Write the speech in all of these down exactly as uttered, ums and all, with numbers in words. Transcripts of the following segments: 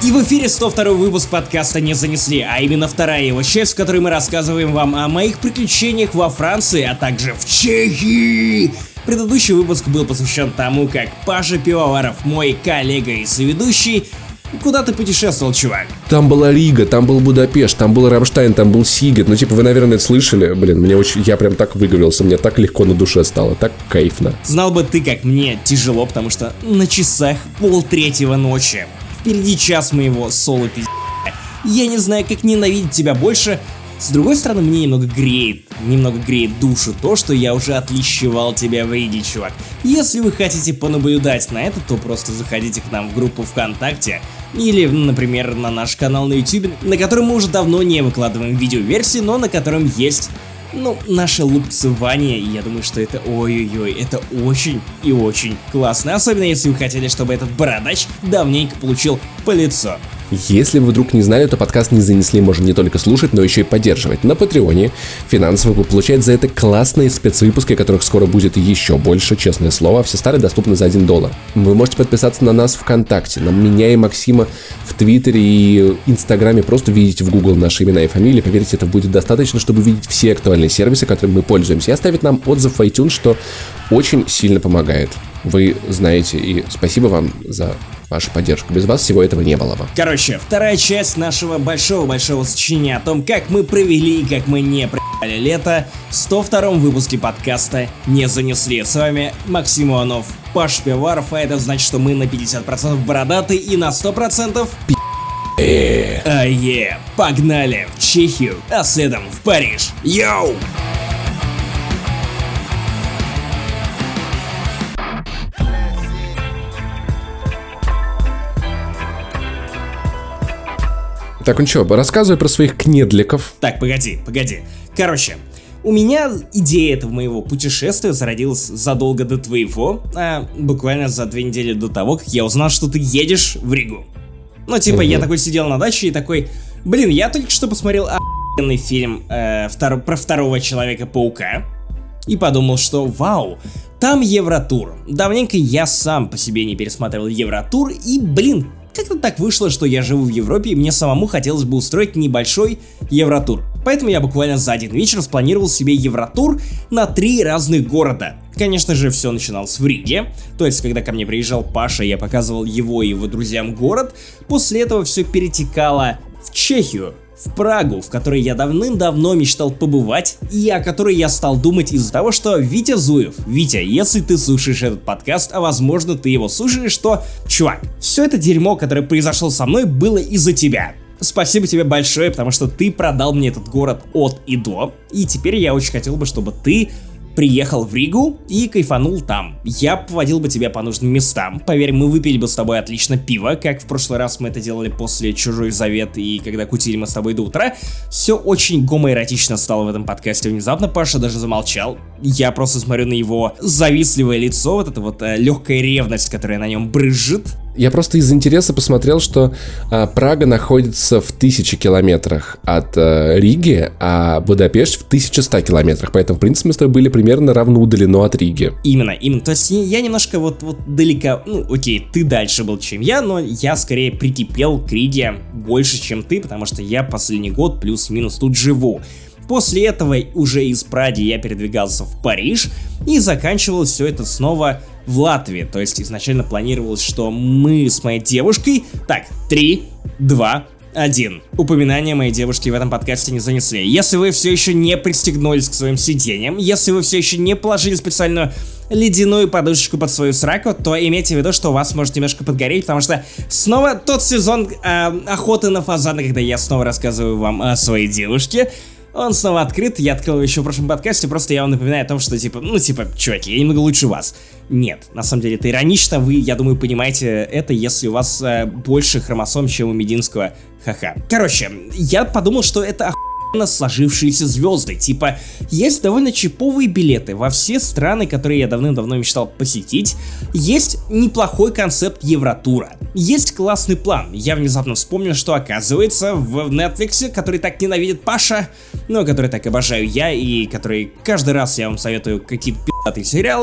И в эфире сто второй выпуск подкаста «Не занесли», а именно вторая его часть, в которой мы рассказываем вам о моих приключениях во Франции, а также в Чехии. Предыдущий выпуск был посвящен тому, как Паша Пивоваров, мой коллега и соведущий, куда ты путешествовал, чувак? Там была Рига, там был Будапешт, там был Рамштайн, там был Сигет. Ну, типа, вы, наверное, это слышали. Блин, мне очень... Я прям так выговорился, мне так легко на душе стало, так кайфно. Знал бы ты, как мне тяжело, потому что на часах полтретьего ночи. Впереди час моего соло-пиздя. Я не знаю, как ненавидеть тебя больше. С другой стороны, мне немного греет, немного греет душу то, что я уже отлещевал тебя в Риге, чувак. Если вы хотите понаблюдать на это, то просто заходите к нам в группу ВКонтакте или, например, на наш канал на YouTube, на котором мы уже давно не выкладываем видеоверсии, но на котором есть, ну, наше лупцевание, и я думаю, что это ой-ой-ой, это очень и очень классно, особенно если вы хотели, чтобы этот бородач давненько получил по лицу. Если вы вдруг не знали, то подкаст «Не занесли» можно не только слушать, но еще и поддерживать на Патреоне. Финансово вы получаете за это классные спецвыпуски, которых скоро будет еще больше, честное слово. Все старые доступны за один доллар. Вы можете подписаться на нас ВКонтакте, на меня и Максима в Твиттере и Инстаграме. Просто введите в Google наши имена и фамилии. Поверьте, это будет достаточно, чтобы видеть все актуальные сервисы, которыми мы пользуемся. И оставить нам отзыв в iTunes, что очень сильно помогает. Вы знаете, и спасибо вам за вашу поддержку. Без вас всего этого не было бы. Короче, вторая часть нашего большого-большого сочинения о том, как мы провели и как мы не проебали лето, в сто втором выпуске подкаста «Не занесли». С вами Максим Иванов, Паш Пивоваров, а это значит, что мы на пятьдесят процентов бородатый и на сто процентов пи***. А е, погнали в Чехию, а следом в Париж. Йоу! Так, ну что, рассказывай про своих кнедликов. Так, погоди, погоди. Короче, у меня идея этого моего путешествия зародилась задолго до твоего, а буквально за две недели до того, как я узнал, что ты едешь в Ригу. Ну, типа, угу. Я такой сидел на даче и такой, блин, я только что посмотрел охуенный фильм э, втор- про второго Человека-паука и подумал, что вау, там Евротур. Давненько я сам по себе не пересматривал Евротур и, блин, как-то так вышло, что я живу в Европе, и мне самому хотелось бы устроить небольшой Евротур. Поэтому я буквально за один вечер спланировал себе Евротур на три разных города. Конечно же, все начиналось в Риге, то есть, когда ко мне приезжал Паша, я показывал его и его друзьям город. После этого все перетекало в Чехию, в Прагу, в которой я давным-давно мечтал побывать, и о которой я стал думать из-за того, что Витя Зуев, Витя, если ты слушаешь этот подкаст, а возможно ты его слушаешь, то, чувак, все это дерьмо, которое произошло со мной, было из-за тебя. Спасибо тебе большое, потому что ты продал мне этот город от и до, и теперь я очень хотел бы, чтобы ты приехал в Ригу и кайфанул там. Я поводил бы тебя по нужным местам. Поверь, мы выпили бы с тобой отлично пиво, как в прошлый раз мы это делали после «Чужой завет» и когда кутили мы с тобой до утра. Все очень гомоэротично стало в этом подкасте внезапно. Паша даже замолчал. Я просто смотрю на его завистливое лицо, вот эта вот э, легкая ревность, которая на нем брызжет. Я просто из интереса посмотрел, что а, Прага находится в тысяче километрах от а, Риги, а Будапешт в тысяче ста километрах. Поэтому, в принципе, мы с тобой были примерно равно удалены от Риги. Именно, именно. То есть я немножко вот, вот далеко... Ну, окей, ты дальше был, чем я, но я скорее прикипел к Риге больше, чем ты, потому что я последний год плюс-минус тут живу. После этого уже из Праги я передвигался в Париж и заканчивал все это снова в Латвии. То есть изначально планировалось, что мы с моей девушкой... Так, три, два, один. Упоминание моей девушки в этом подкасте не занесли. Если вы все еще не пристегнулись к своим сиденьям, если вы все еще не положили специальную ледяную подушечку под свою сраку, то имейте в виду, что у вас может немножко подгореть, потому что снова тот сезон э, охоты на фазана, когда я снова рассказываю вам о своей девушке. Он снова открыт, я открыл его еще в прошлом подкасте, просто я вам напоминаю о том, что типа, ну типа, чуваки, я немного лучше вас. Нет, на самом деле это иронично, вы, я думаю, понимаете это, если у вас э, больше хромосом, чем у Мединского, ха-ха. Короче, я подумал, что это охуенно сложившиеся звезды, типа, есть довольно чиповые билеты во все страны, которые я давным-давно мечтал посетить, есть неплохой концепт Евротура, есть классный план. Я внезапно вспомнил, что оказывается в Netflix, который так ненавидит Паша, но который так обожаю я, и который каждый раз я вам советую какие-то пи***тые сериалы,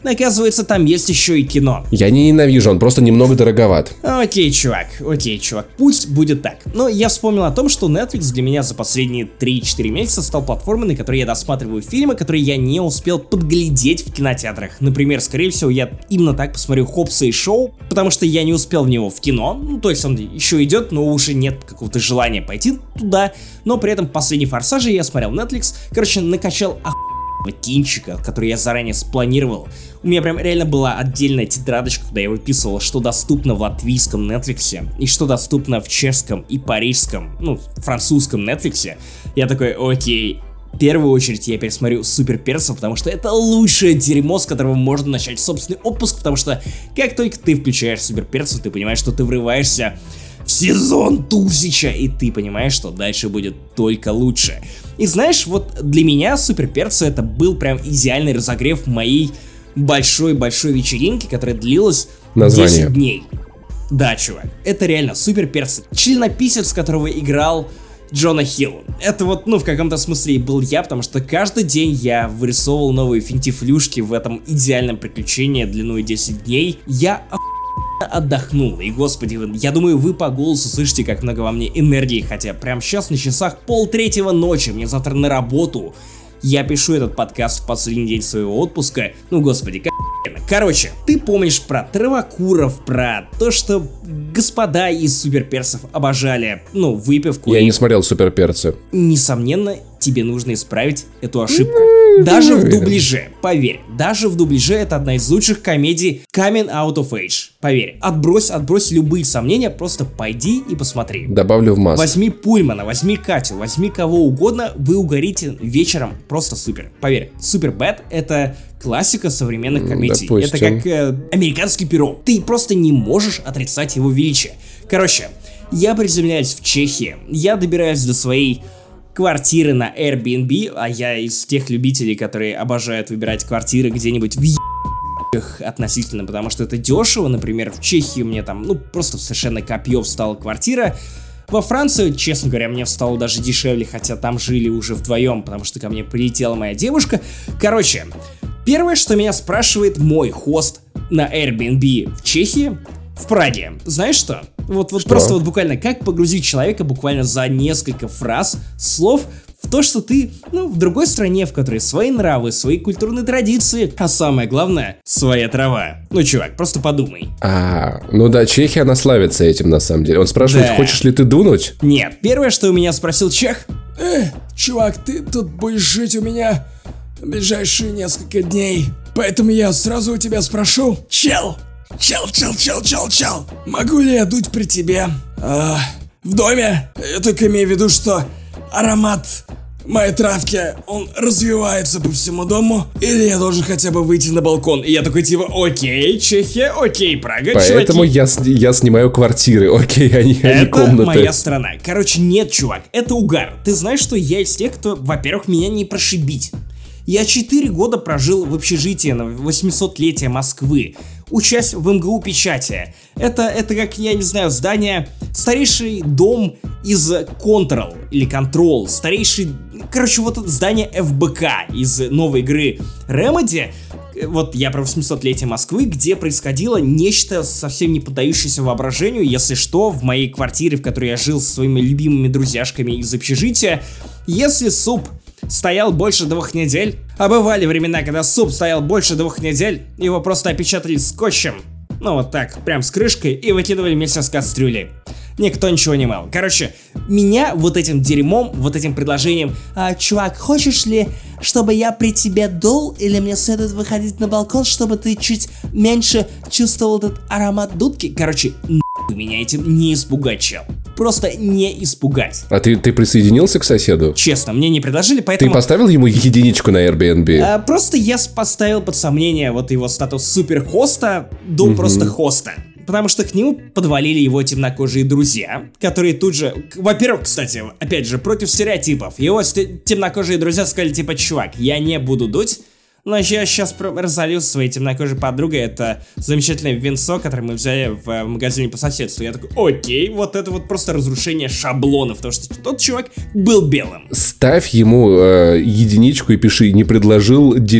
оказывается, там есть еще и кино. Я не ненавижу, он просто немного дороговат. Окей, чувак, окей, чувак, пусть будет так. Но я вспомнил о том, что Netflix для меня за последние три-четыре месяца стал платформой, на которой я досматриваю фильмы, которые я не успел подглядеть в кинотеатрах. Например, скорее всего, я именно так посмотрю Хоббса и Шоу, потому что я не успел в него в кино. Ну, то есть он еще идет, но уже нет какого-то желания пойти туда. Но при этом последний Форсаж я смотрел Netflix. Короче, накачал охуенного кинчика, который я заранее спланировал. У меня прям реально была отдельная тетрадочка, куда я выписывал, что доступно в латвийском Netflix и что доступно в чешском и парижском, ну, французском Netflix. Я такой, окей, в первую очередь я пересмотрю Супер Перца, потому что это лучшее дерьмо, с которого можно начать собственный отпуск, потому что как только ты включаешь Супер Перца, ты понимаешь, что ты врываешься в сезон Тусича, и ты понимаешь, что дальше будет только лучше. И знаешь, вот для меня Супер Перца это был прям идеальный разогрев моей большой-большой вечеринки, которая длилась Название. десять дней. Да, чувак, это реально Супер Перца. Членописец, которого играл Джона Хилл. Это вот, ну, в каком-то смысле и был я, потому что каждый день я вырисовывал новые финтифлюшки в этом идеальном приключении длиной десять дней. Я отдохнул, и господи, я думаю, вы по голосу слышите, как много во мне энергии, хотя прямо сейчас на часах полтретьего ночи, мне завтра на работу. Я пишу этот подкаст в последний день своего отпуска. Ну, господи, как охуенно. Короче, ты помнишь про травокуров, про то, что господа из суперперцев обожали, ну, выпивку. Я и... не смотрел Суперперцы. Несомненно, тебе нужно исправить эту ошибку. Даже в дубляже, поверь, даже в дубляже это одна из лучших комедий Coming Out of Age. Поверь, отбрось, отбрось любые сомнения, просто пойди и посмотри. Добавлю в массу. Возьми Пульмана, возьми Катю, возьми кого угодно, вы угорите вечером, просто супер. Поверь, Супербэд это классика современных комедий. Допустим. Это как э, американский пирог. Ты просто не можешь отрицать его величие. Короче, я приземляюсь в Чехии, я добираюсь до своей квартиры на Airbnb, а я из тех любителей, которые обожают выбирать квартиры где-нибудь в еб***х относительно, потому что это дешево. Например, в Чехии мне там, ну, просто совершенно копье встала квартира. Во Францию, честно говоря, мне встало даже дешевле, хотя там жили уже вдвоем, потому что ко мне прилетела моя девушка. Короче, первое, что меня спрашивает мой хост на Airbnb в Чехии, в Праге. Знаешь что? Вот, вот что? просто вот буквально как погрузить человека буквально за несколько фраз, слов в то, что ты, ну, в другой стране, в которой свои нравы, свои культурные традиции, а самое главное, своя трава. Ну, чувак, просто подумай. А, ну да, Чехия, она славится этим на самом деле. Он спрашивает, Да. хочешь ли ты дунуть? Нет, первое, что у меня спросил чех: «Э, чувак, ты тут будешь жить у меня в ближайшие несколько дней, поэтому я сразу у тебя спрошу, чел, чел, чел, чел, чел, чел, могу ли я дуть при тебе а, в доме? Я только имею в виду, что аромат моей травки, он развивается по всему дому, или я должен хотя бы выйти на балкон?» И я такой типа, окей, Чехия, окей, Прага, Поэтому чуваки. я, с- я снимаю квартиры, окей, а не, а не Это комнаты. моя страна. Короче, нет, чувак, это угар. Ты знаешь, что я из тех, кто, во-первых, меня не прошибить. Я четыре года прожил в общежитии на восьмисотлетие Москвы, учась в эм гэ у печати. Это, это как, я не знаю, здание, старейший дом из Control или Control, старейший, короче, вот это здание эф бэ ка из новой игры Remedy. Вот я про восьмисотлетие Москвы, где происходило нечто совсем не поддающееся воображению. Если что, в моей квартире, в которой я жил со своими любимыми друзьяшками из общежития, если суп стоял больше двух недель, а бывали времена, когда суп стоял больше двух недель, его просто опечатали скотчем, ну вот так, прям с крышкой, и выкидывали вместе с кастрюлей. Никто ничего не мал. Короче, меня вот этим дерьмом, вот этим предложением: а, чувак, хочешь ли, чтобы я при тебе дул, или мне следует выходить на балкон, чтобы ты чуть меньше чувствовал этот аромат дудки? Короче, нахуй меня этим не испугать, чел. Просто не испугать. А ты, ты присоединился к соседу? Честно, мне не предложили, Ты поэтому... поставил ему единичку на Airbnb? А, просто я с- поставил под сомнение вот его статус суперхоста до Мгм. просто хоста. Потому что к нему подвалили его темнокожие друзья, которые тут же... к- Во-первых, кстати, опять же, против стереотипов. Его сте- темнокожие друзья сказали, типа, чувак, я не буду дуть, но я сейчас разолью со своей темнокожей подругой. Это замечательное винцо, которое мы взяли в, в магазине по соседству. Я такой, окей, вот это вот просто разрушение шаблонов, потому что тот чувак был белым. Ставь ему э, единичку и пиши, не предложил дерьма.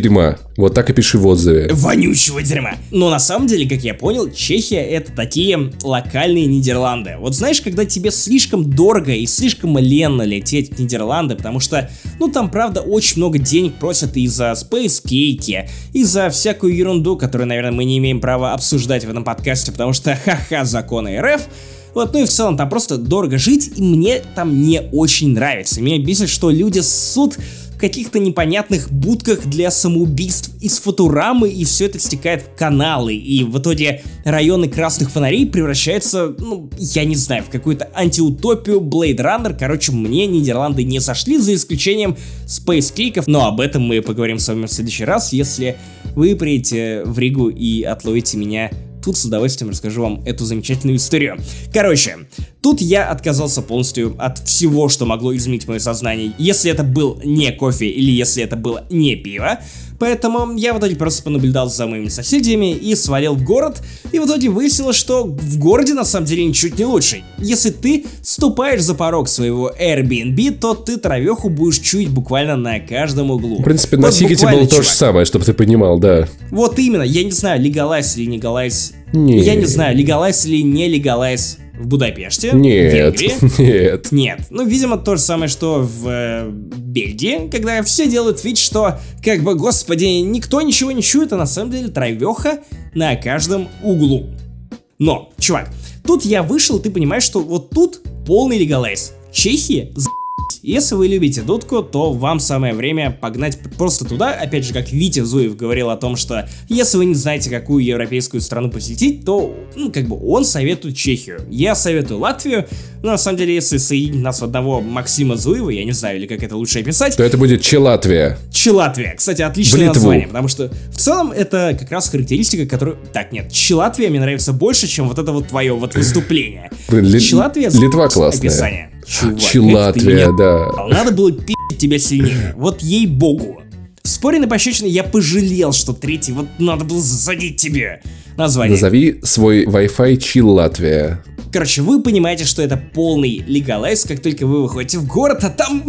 Вот так и пиши в отзыве. Вонючего дерьма. Но на самом деле, как я понял, Чехия — это такие локальные Нидерланды. Вот знаешь, когда тебе слишком дорого и слишком ленно лететь в Нидерланды, потому что, ну, там, правда, очень много денег просят и за спейскейки, и за всякую ерунду, которую, наверное, мы не имеем права обсуждать в этом подкасте, потому что, ха-ха, законы эр эф. Вот, ну и в целом там просто дорого жить, и мне там не очень нравится. Меня бесит, что люди ссут в каких-то непонятных будках для самоубийств из Футурамы, и все это стекает в каналы, и в итоге районы красных фонарей превращаются, ну, я не знаю, в какую-то антиутопию, Blade Runner. Короче, мне Нидерланды не сошли, за исключением спейскейков, но об этом мы поговорим с вами в следующий раз, если вы приедете в Ригу и отловите меня. Тут с удовольствием расскажу вам эту замечательную историю. Короче, тут я отказался полностью от всего, что могло изменить мое сознание, если это был не кофе или если это было не пиво. Поэтому я в итоге просто понаблюдал за моими соседями и свалил в город. И в итоге выяснилось, что в городе на самом деле ничуть не лучше. Если ты ступаешь за порог своего Airbnb, то ты травеху будешь чуять буквально на каждом углу. В принципе, вот на Сикете было чувак. то же самое, чтобы ты понимал, да. Вот именно, я не знаю, легалайз или не легалайз. Не. Я не знаю, легалайз или не легалайз в Будапеште. Нет, в Венгрии. нет. Нет. Ну, видимо, то же самое, что в э, Бельгии, когда все делают вид, что, как бы, господи, никто ничего не чует, а на самом деле травеха на каждом углу. Но, чувак, тут я вышел, и ты понимаешь, что вот тут полный легалайз. Чехии, за***. Если вы любите дудку, то вам самое время погнать просто туда. Опять же, как Витя Зуев говорил о том, что если вы не знаете, какую европейскую страну посетить, то, ну, как бы он советует Чехию. Я советую Латвию. Но на самом деле, если соединить нас в одного Максима Зуева, я не знаю, или как это лучше описать, То это будет Челатвия. Челатвия. Кстати, отличное Литву. название, потому что в целом это как раз характеристика, которую... Так, нет, Челатвия мне нравится больше, чем вот это вот твое вот выступление. Блин, Ли- Челатвия... Литва классная. Описание. Чувак, Челатвия, да. Надо было пи***ть тебя сильнее. Вот ей-богу. В споре на пощечины я пожалел, что третий, вот надо было засадить тебе название. Назови свой Wi-Fi Челатвия. Короче, вы понимаете, что это полный легалайз, как только вы выходите в город, а там...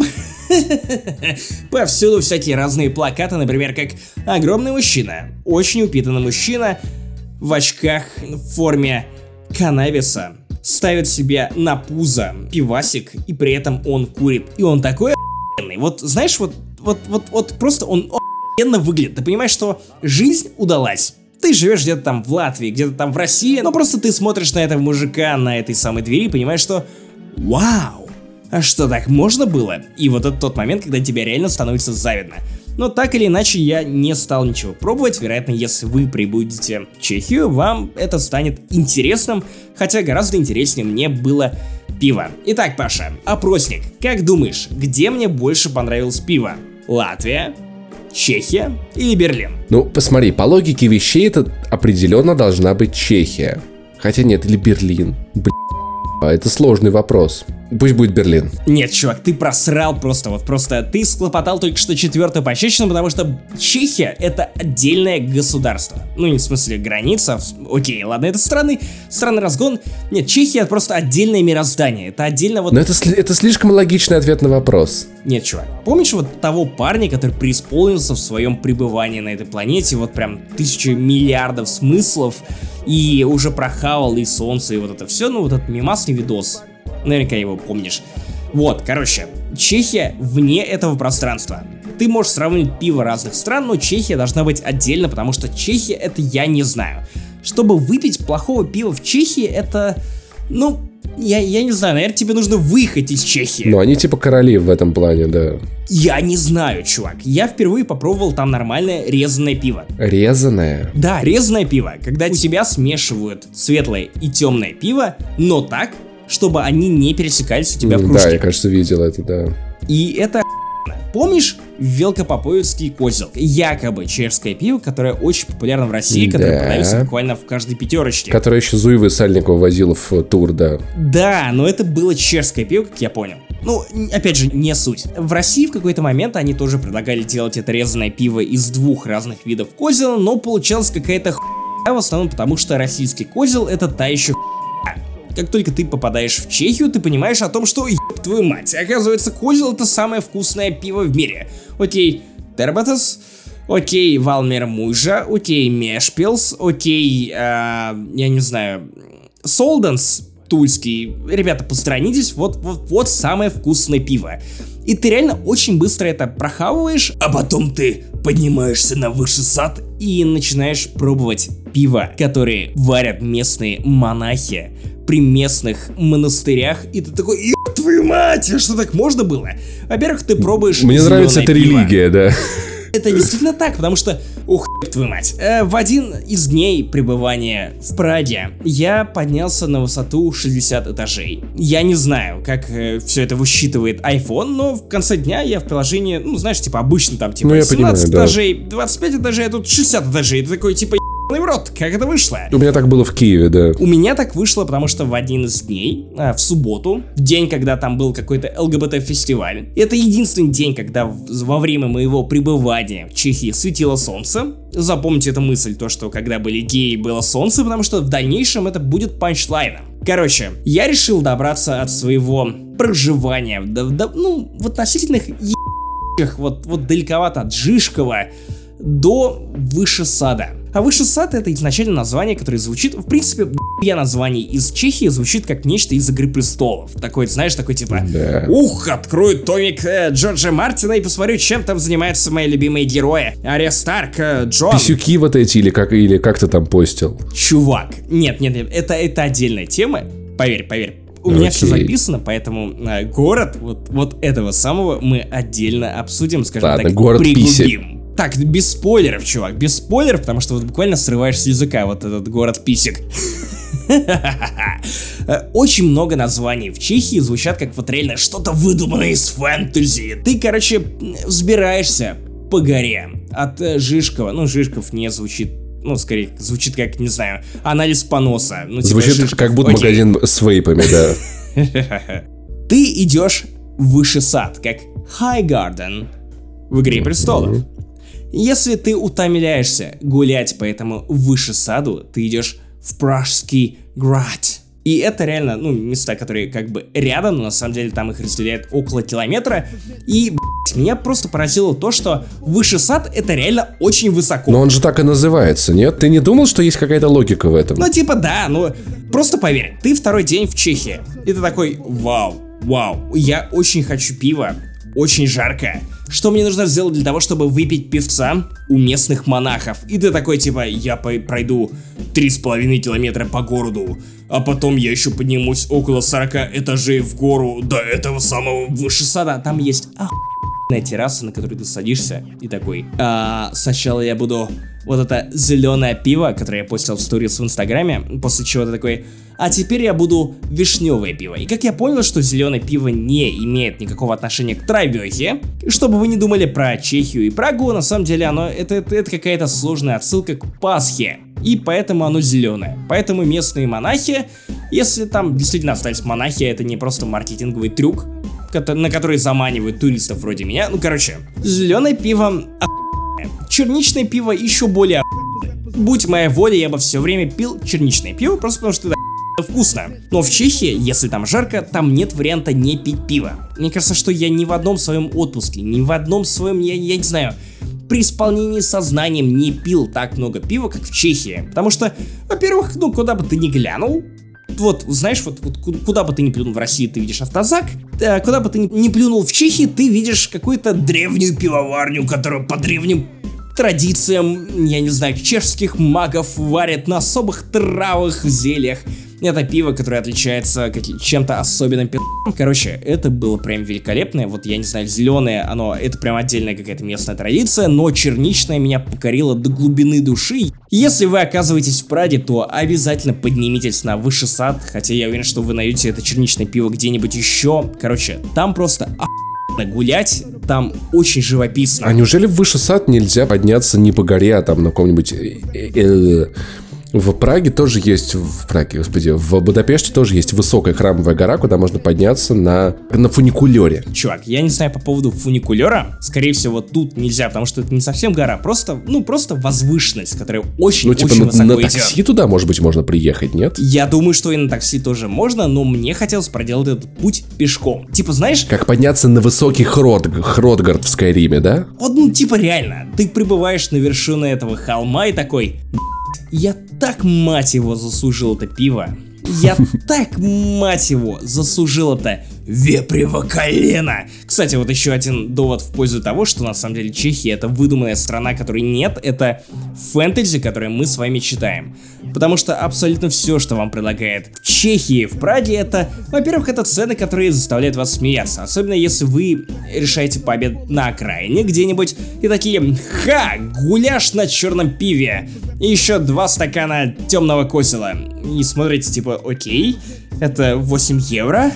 повсюду всякие разные плакаты, например, как огромный мужчина, очень упитанный мужчина в очках в форме каннабиса ставит себе на пузо пивасик, и при этом он курит. И он такой охуенный. Вот, знаешь, вот, вот, вот, вот просто он охуенно выглядит. Ты понимаешь, что жизнь удалась. Ты живешь где-то там в Латвии, где-то там в России, но просто ты смотришь на этого мужика на этой самой двери и понимаешь, что вау, а что, так можно было? И вот это тот момент, когда тебе реально становится завидно. Но так или иначе я не стал ничего пробовать. Вероятно, если вы прибудете в Чехию, вам это станет интересным, хотя гораздо интереснее мне было пиво. Итак, Паша, опросник. Как думаешь, где мне больше понравилось пиво? Латвия, Чехия или Берлин? Ну, посмотри, по логике вещей это определенно должна быть Чехия. Хотя нет, или Берлин. Блин, это сложный вопрос. Пусть будет Берлин. Нет, чувак, ты просрал просто, вот просто ты схлопотал только что четвертую пощечину, потому что Чехия — это отдельное государство. Ну, не в смысле граница, окей, ладно, это странный, странный разгон. Нет, Чехия — это просто отдельное мироздание, это отдельно вот... Но это, это слишком логичный ответ на вопрос. Нет, чувак, помнишь вот того парня, который преисполнился в своем пребывании на этой планете, вот прям тысячи миллиардов смыслов, и уже прохавал и солнце, и вот это все, ну, вот этот мемасный видос. Наверняка его помнишь. Вот, короче, Чехия вне этого пространства. Ты можешь сравнить пиво разных стран, но Чехия должна быть отдельно, потому что Чехия — это я не знаю. Чтобы выпить плохого пива в Чехии, это... Ну, я, я не знаю, наверное, тебе нужно выехать из Чехии. Ну, они типа короли в этом плане, да. Я не знаю, чувак. Я впервые попробовал там нормальное резаное пиво. Резаное? Да, резаное пиво. Когда у тебя смешивают светлое и темное пиво, но так, чтобы они не пересекались у тебя в кружке. Да, я, кажется, видел это, да. И это охуенно. Помнишь Велкопоповецкий козел? Якобы чешское пиво, которое очень популярно в России, Да. которое продается буквально в каждой пятерочке. Которое еще Зуева и Сальникова возил в тур, да. Да, но это было чешское пиво, как я понял. Ну, опять же, не суть. В России в какой-то момент они тоже предлагали делать это резаное пиво из двух разных видов козела, но получалась какая-то хуйня, в основном потому, что российский козел — это та еще хуйня. Как только ты попадаешь в Чехию, ты понимаешь о том, что, еб твою мать, оказывается, козел — это самое вкусное пиво в мире. Окей, тербатас, окей, Валмер Мужа, окей, Мешпилс, окей, э, я не знаю, Солденс тульский. Ребята, постранитесь, вот, вот, вот самое вкусное пиво. И ты реально очень быстро это прохавываешь, а потом ты поднимаешься на высший сад и начинаешь пробовать пиво, которые варят местные монахи при местных монастырях, и ты такой, ёб твою мать, а что так можно было? Во-первых, ты пробуешь Мне нравится эта пиво. религия, да. Это действительно так, потому что, ух, твою мать, э, в один из дней пребывания в Праге я поднялся на высоту шестьдесят этажей. Я не знаю, как э, все это высчитывает iPhone, но в конце дня я в приложении, ну, знаешь, типа обычно там, типа, ну, семнадцать понимаю, этажей, да. двадцать пять этажей, а тут шестьдесят этажей. Ты такой, типа, ебаный в рот, как это вышло? У меня так было в Киеве, да. У меня так вышло, потому что в один из дней, а, в субботу, в день, когда там был какой-то ЛГБТ-фестиваль, это единственный день, когда во время моего пребывания в Чехии светило солнце. Запомните эту мысль, то, что когда были геи, было солнце, потому что в дальнейшем это будет панчлайном. Короче, я решил добраться от своего проживания, да, да, ну, в относительных ебачих, вот, вот далековато от Жишкова, до Выше сада. А Выше сад — это изначально название, которое звучит, в принципе, я название из Чехии звучит как нечто из Игры престолов. Такой, знаешь, такой типа, да. Ух, открою томик э, Джорджа Мартина и посмотрю, чем там занимаются мои любимые герои. Ария Старк, э, Джон. Писюки вот эти, или как, или как ты там постил? Чувак, нет, нет, нет, это, это отдельная тема, поверь, поверь. У меня все записано, поэтому э, город вот, вот этого самого мы отдельно обсудим, скажем Ладно, так, город приглубим. Писек. Так, без спойлеров, чувак, без спойлеров, потому что вот буквально срываешь с языка вот этот город Писек. Очень много названий в Чехии звучат как вот реально что-то выдуманное из фэнтези. Ты, короче, взбираешься по горе от Жишкова. Ну, Жишков не звучит, ну, скорее, звучит как, не знаю, анализ поноса. Ну, типа звучит Жишков. как будто Окей. магазин с вейпами, да. Ты идешь в Высший сад, как Highgarden в Игре престолов. Если ты утомляешься гулять по этому Выше саду, ты идешь в Пражский град. И это реально, ну, места, которые как бы рядом, но на самом деле там их разделяет около километра. И, блядь, меня просто поразило то, что Высший сад — это реально очень высоко. Но он же так и называется, нет? Ты не думал, что есть какая-то логика в этом? Ну, типа, да, ну, просто поверь, ты второй день в Чехии, и ты такой, вау, вау, я очень хочу пива, очень жарко. Что мне нужно сделать для того, чтобы выпить пивца у местных монахов? И ты такой, типа, я по- пройду три с половиной километра по городу, а потом я еще поднимусь около сорока этажей в гору до этого самого Выше сада. Там есть охуенная терраса, на которой ты садишься и такой, а, сначала я буду вот это зеленое пиво, которое я постил в сторис в Инстаграме, после чего ты такой, а теперь я буду вишневое пиво. И как я понял, что зеленое пиво не имеет никакого отношения к травёхе, чтобы вы не думали про Чехию и Прагу, на самом деле оно, это, это, это какая-то сложная отсылка к Пасхе. И поэтому оно зеленое. Поэтому местные монахи, если там действительно остались монахи, это не просто маркетинговый трюк, на который заманивают туристов вроде меня. Ну, короче, зеленое пиво охуенное. Черничное пиво еще более охуенное. Будь моя воля, я бы все время пил черничное пиво, просто потому что это вкусно. Но в Чехии, если там жарко, там нет варианта не пить пиво. Мне кажется, что я ни в одном своем отпуске, ни в одном своем, я, я не знаю, при исполнении сознанием не пил так много пива, как в Чехии. Потому что, во-первых, ну, куда бы ты ни глянул, вот, знаешь, вот, вот куда бы ты ни плюнул в России, ты видишь автозак, а куда бы ты ни плюнул в Чехии, ты видишь какую-то древнюю пивоварню, которую по древним традициям, я не знаю, чешских магов варят на особых травах, зельях. Это пиво, которое отличается чем-то особенным пи***м. Короче, это было прям великолепное. Вот, я не знаю, зеленое, оно, это прям отдельная какая-то местная традиция, но черничное меня покорило до глубины души. Если вы оказываетесь в Праге, то обязательно поднимитесь на Высший сад, хотя я уверен, что вы найдете это черничное пиво где-нибудь еще. Короче, там просто охуенно гулять, там очень живописно. А неужели в Высший сад нельзя подняться не по горе, а там на каком-нибудь... В Праге тоже есть, в Праге, господи, в Будапеште тоже есть высокая храмовая гора, куда можно подняться на, на фуникулере. Чувак, я не знаю по поводу фуникулера. Скорее всего, тут нельзя, потому что это не совсем гора, просто, ну, просто возвышенность, которая очень-очень Ну, типа очень на, высоко на идет. такси туда, может быть, можно приехать, нет? Я думаю, что и на такси тоже можно, но мне хотелось проделать этот путь пешком. Типа, знаешь... Как подняться на высокий Хрод, Хродгард в Скайриме, да? Вот, ну, типа, реально. Ты прибываешь на вершину этого холма и такой... Я так, мать его, заслужил это пиво. Я так, мать его, заслужил это вепрево колено. Кстати, вот еще один довод в пользу того, что на самом деле Чехия это выдуманная страна, которой нет, это фэнтези, которое мы с вами читаем. Потому что абсолютно все, что вам предлагает в Чехии, в Праге, это, во-первых, это цены, которые заставляют вас смеяться. Особенно если вы решаете пообедать на окраине где-нибудь и такие: ха, гуляш на черном пиве. И еще два стакана темного козела. И смотрите, типа, окей, это восемь евро.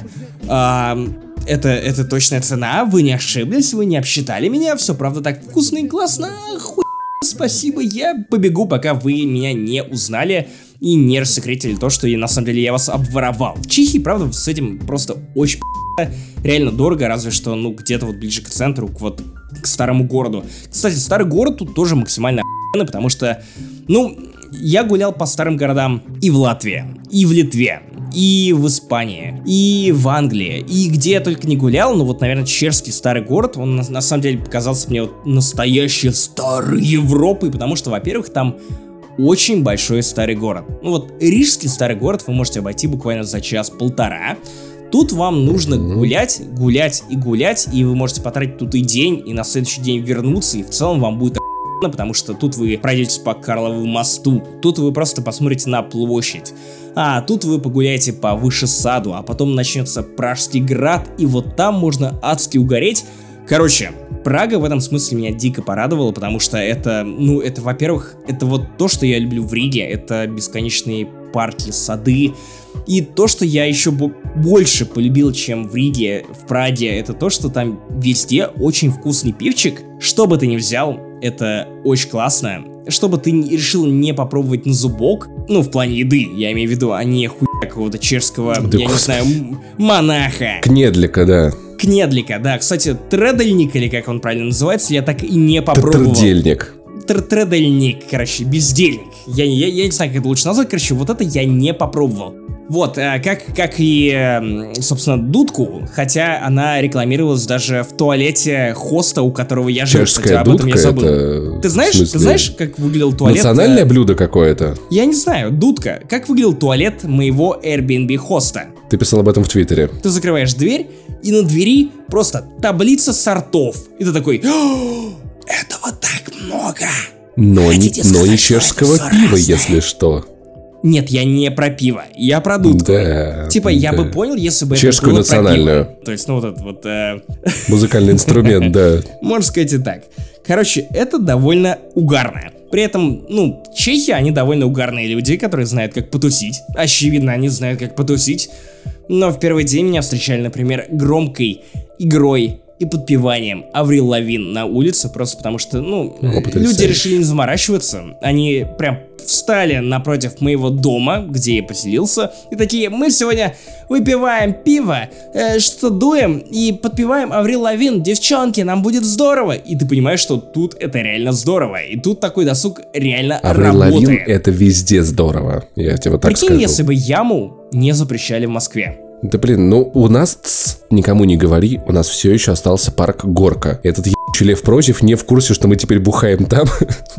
А, это, это точная цена, вы не ошиблись, вы не обсчитали меня, все правда так вкусно и классно, хуй, спасибо, я побегу, пока вы меня не узнали и не рассекретили то, что я, на самом деле я вас обворовал. В Чехии, правда, с этим просто очень реально дорого, разве что, ну, где-то вот ближе к центру, к вот к старому городу. Кстати, старый город тут тоже максимально охуенно, потому что, ну, я гулял по старым городам и в Латвии, и в Литве, и в Испании, и в Англии, и где я только не гулял, но вот, наверное, чешский старый город, он на, на самом деле показался мне вот настоящей старой Европой, потому что, во-первых, там очень большой старый город. Ну вот, рижский старый город вы можете обойти буквально за час-полтора. Тут вам нужно гулять, гулять и гулять, и вы можете потратить тут и день, и на следующий день вернуться, и в целом вам будет охуенно, потому что тут вы пройдетесь по Карлову мосту, тут вы просто посмотрите на площадь, а тут вы погуляете по Вышесаду, а потом начнется Пражский град, и вот там можно адски угореть. Короче, Прага в этом смысле меня дико порадовала, потому что это, ну, это, во-первых, это вот то, что я люблю в Риге, это бесконечные парки, сады. И то, что я еще больше полюбил, чем в Риге, в Праге, это то, что там везде очень вкусный пивчик. Что бы ты ни взял, это очень классно. Что бы ты решил не попробовать на зубок, ну, в плане еды, я имею в виду, а не хуя какого-то чешского, да, я не знаю, монаха. Кнедлика, да. Кнедлика, да. Кстати, тредельник, или как он правильно называется, я так и не попробовал. Трдельник. Тредельник, короче, бездельник. Я, я, я не знаю, как это лучше назвать, короче, вот это я не попробовал. Вот, как, как и, собственно, дудку, хотя она рекламировалась даже в туалете хоста, у которого я жил. Чешская кстати, об этом дудка, я забыл. это... Ты знаешь, ты знаешь, как выглядел туалет? Национальное блюдо какое-то? Я не знаю, дудка. Как выглядел туалет моего Airbnb хоста? Ты писал об этом в Твиттере. Ты закрываешь дверь, и на двери просто таблица сортов. И ты такой: этого так много. Но, не, но не чешского пива, если что. Нет, я не про пиво, я про дудку. Да, типа, да. я бы понял, если бы чешскую это было национальную. про пиво. То есть, ну вот этот вот... Э... Музыкальный инструмент, да. Можно сказать и так. Короче, это довольно угарно. При этом, ну, чехи, они довольно угарные люди, которые знают, как потусить. Очевидно, они знают, как потусить. Но в первый день меня встречали, например, громкой игрой и подпеванием Аврил Лавин на улице, просто потому что, ну, О, люди решили не заморачиваться. Они прям встали напротив моего дома, где я поселился, и такие: мы сегодня выпиваем пиво, э, что дуем и подпеваем Аврил Лавин, девчонки, нам будет здорово. И ты понимаешь, что тут это реально здорово, и тут такой досуг реально Аврил работает. Лавин — это везде здорово, я тебе вот так Прикинь, скажу. если бы яму не запрещали в Москве. Да блин, ну у нас, тс, никому не говори, у нас все еще остался парк Горка. Этот ебучий Лев против не в курсе, что мы теперь бухаем там.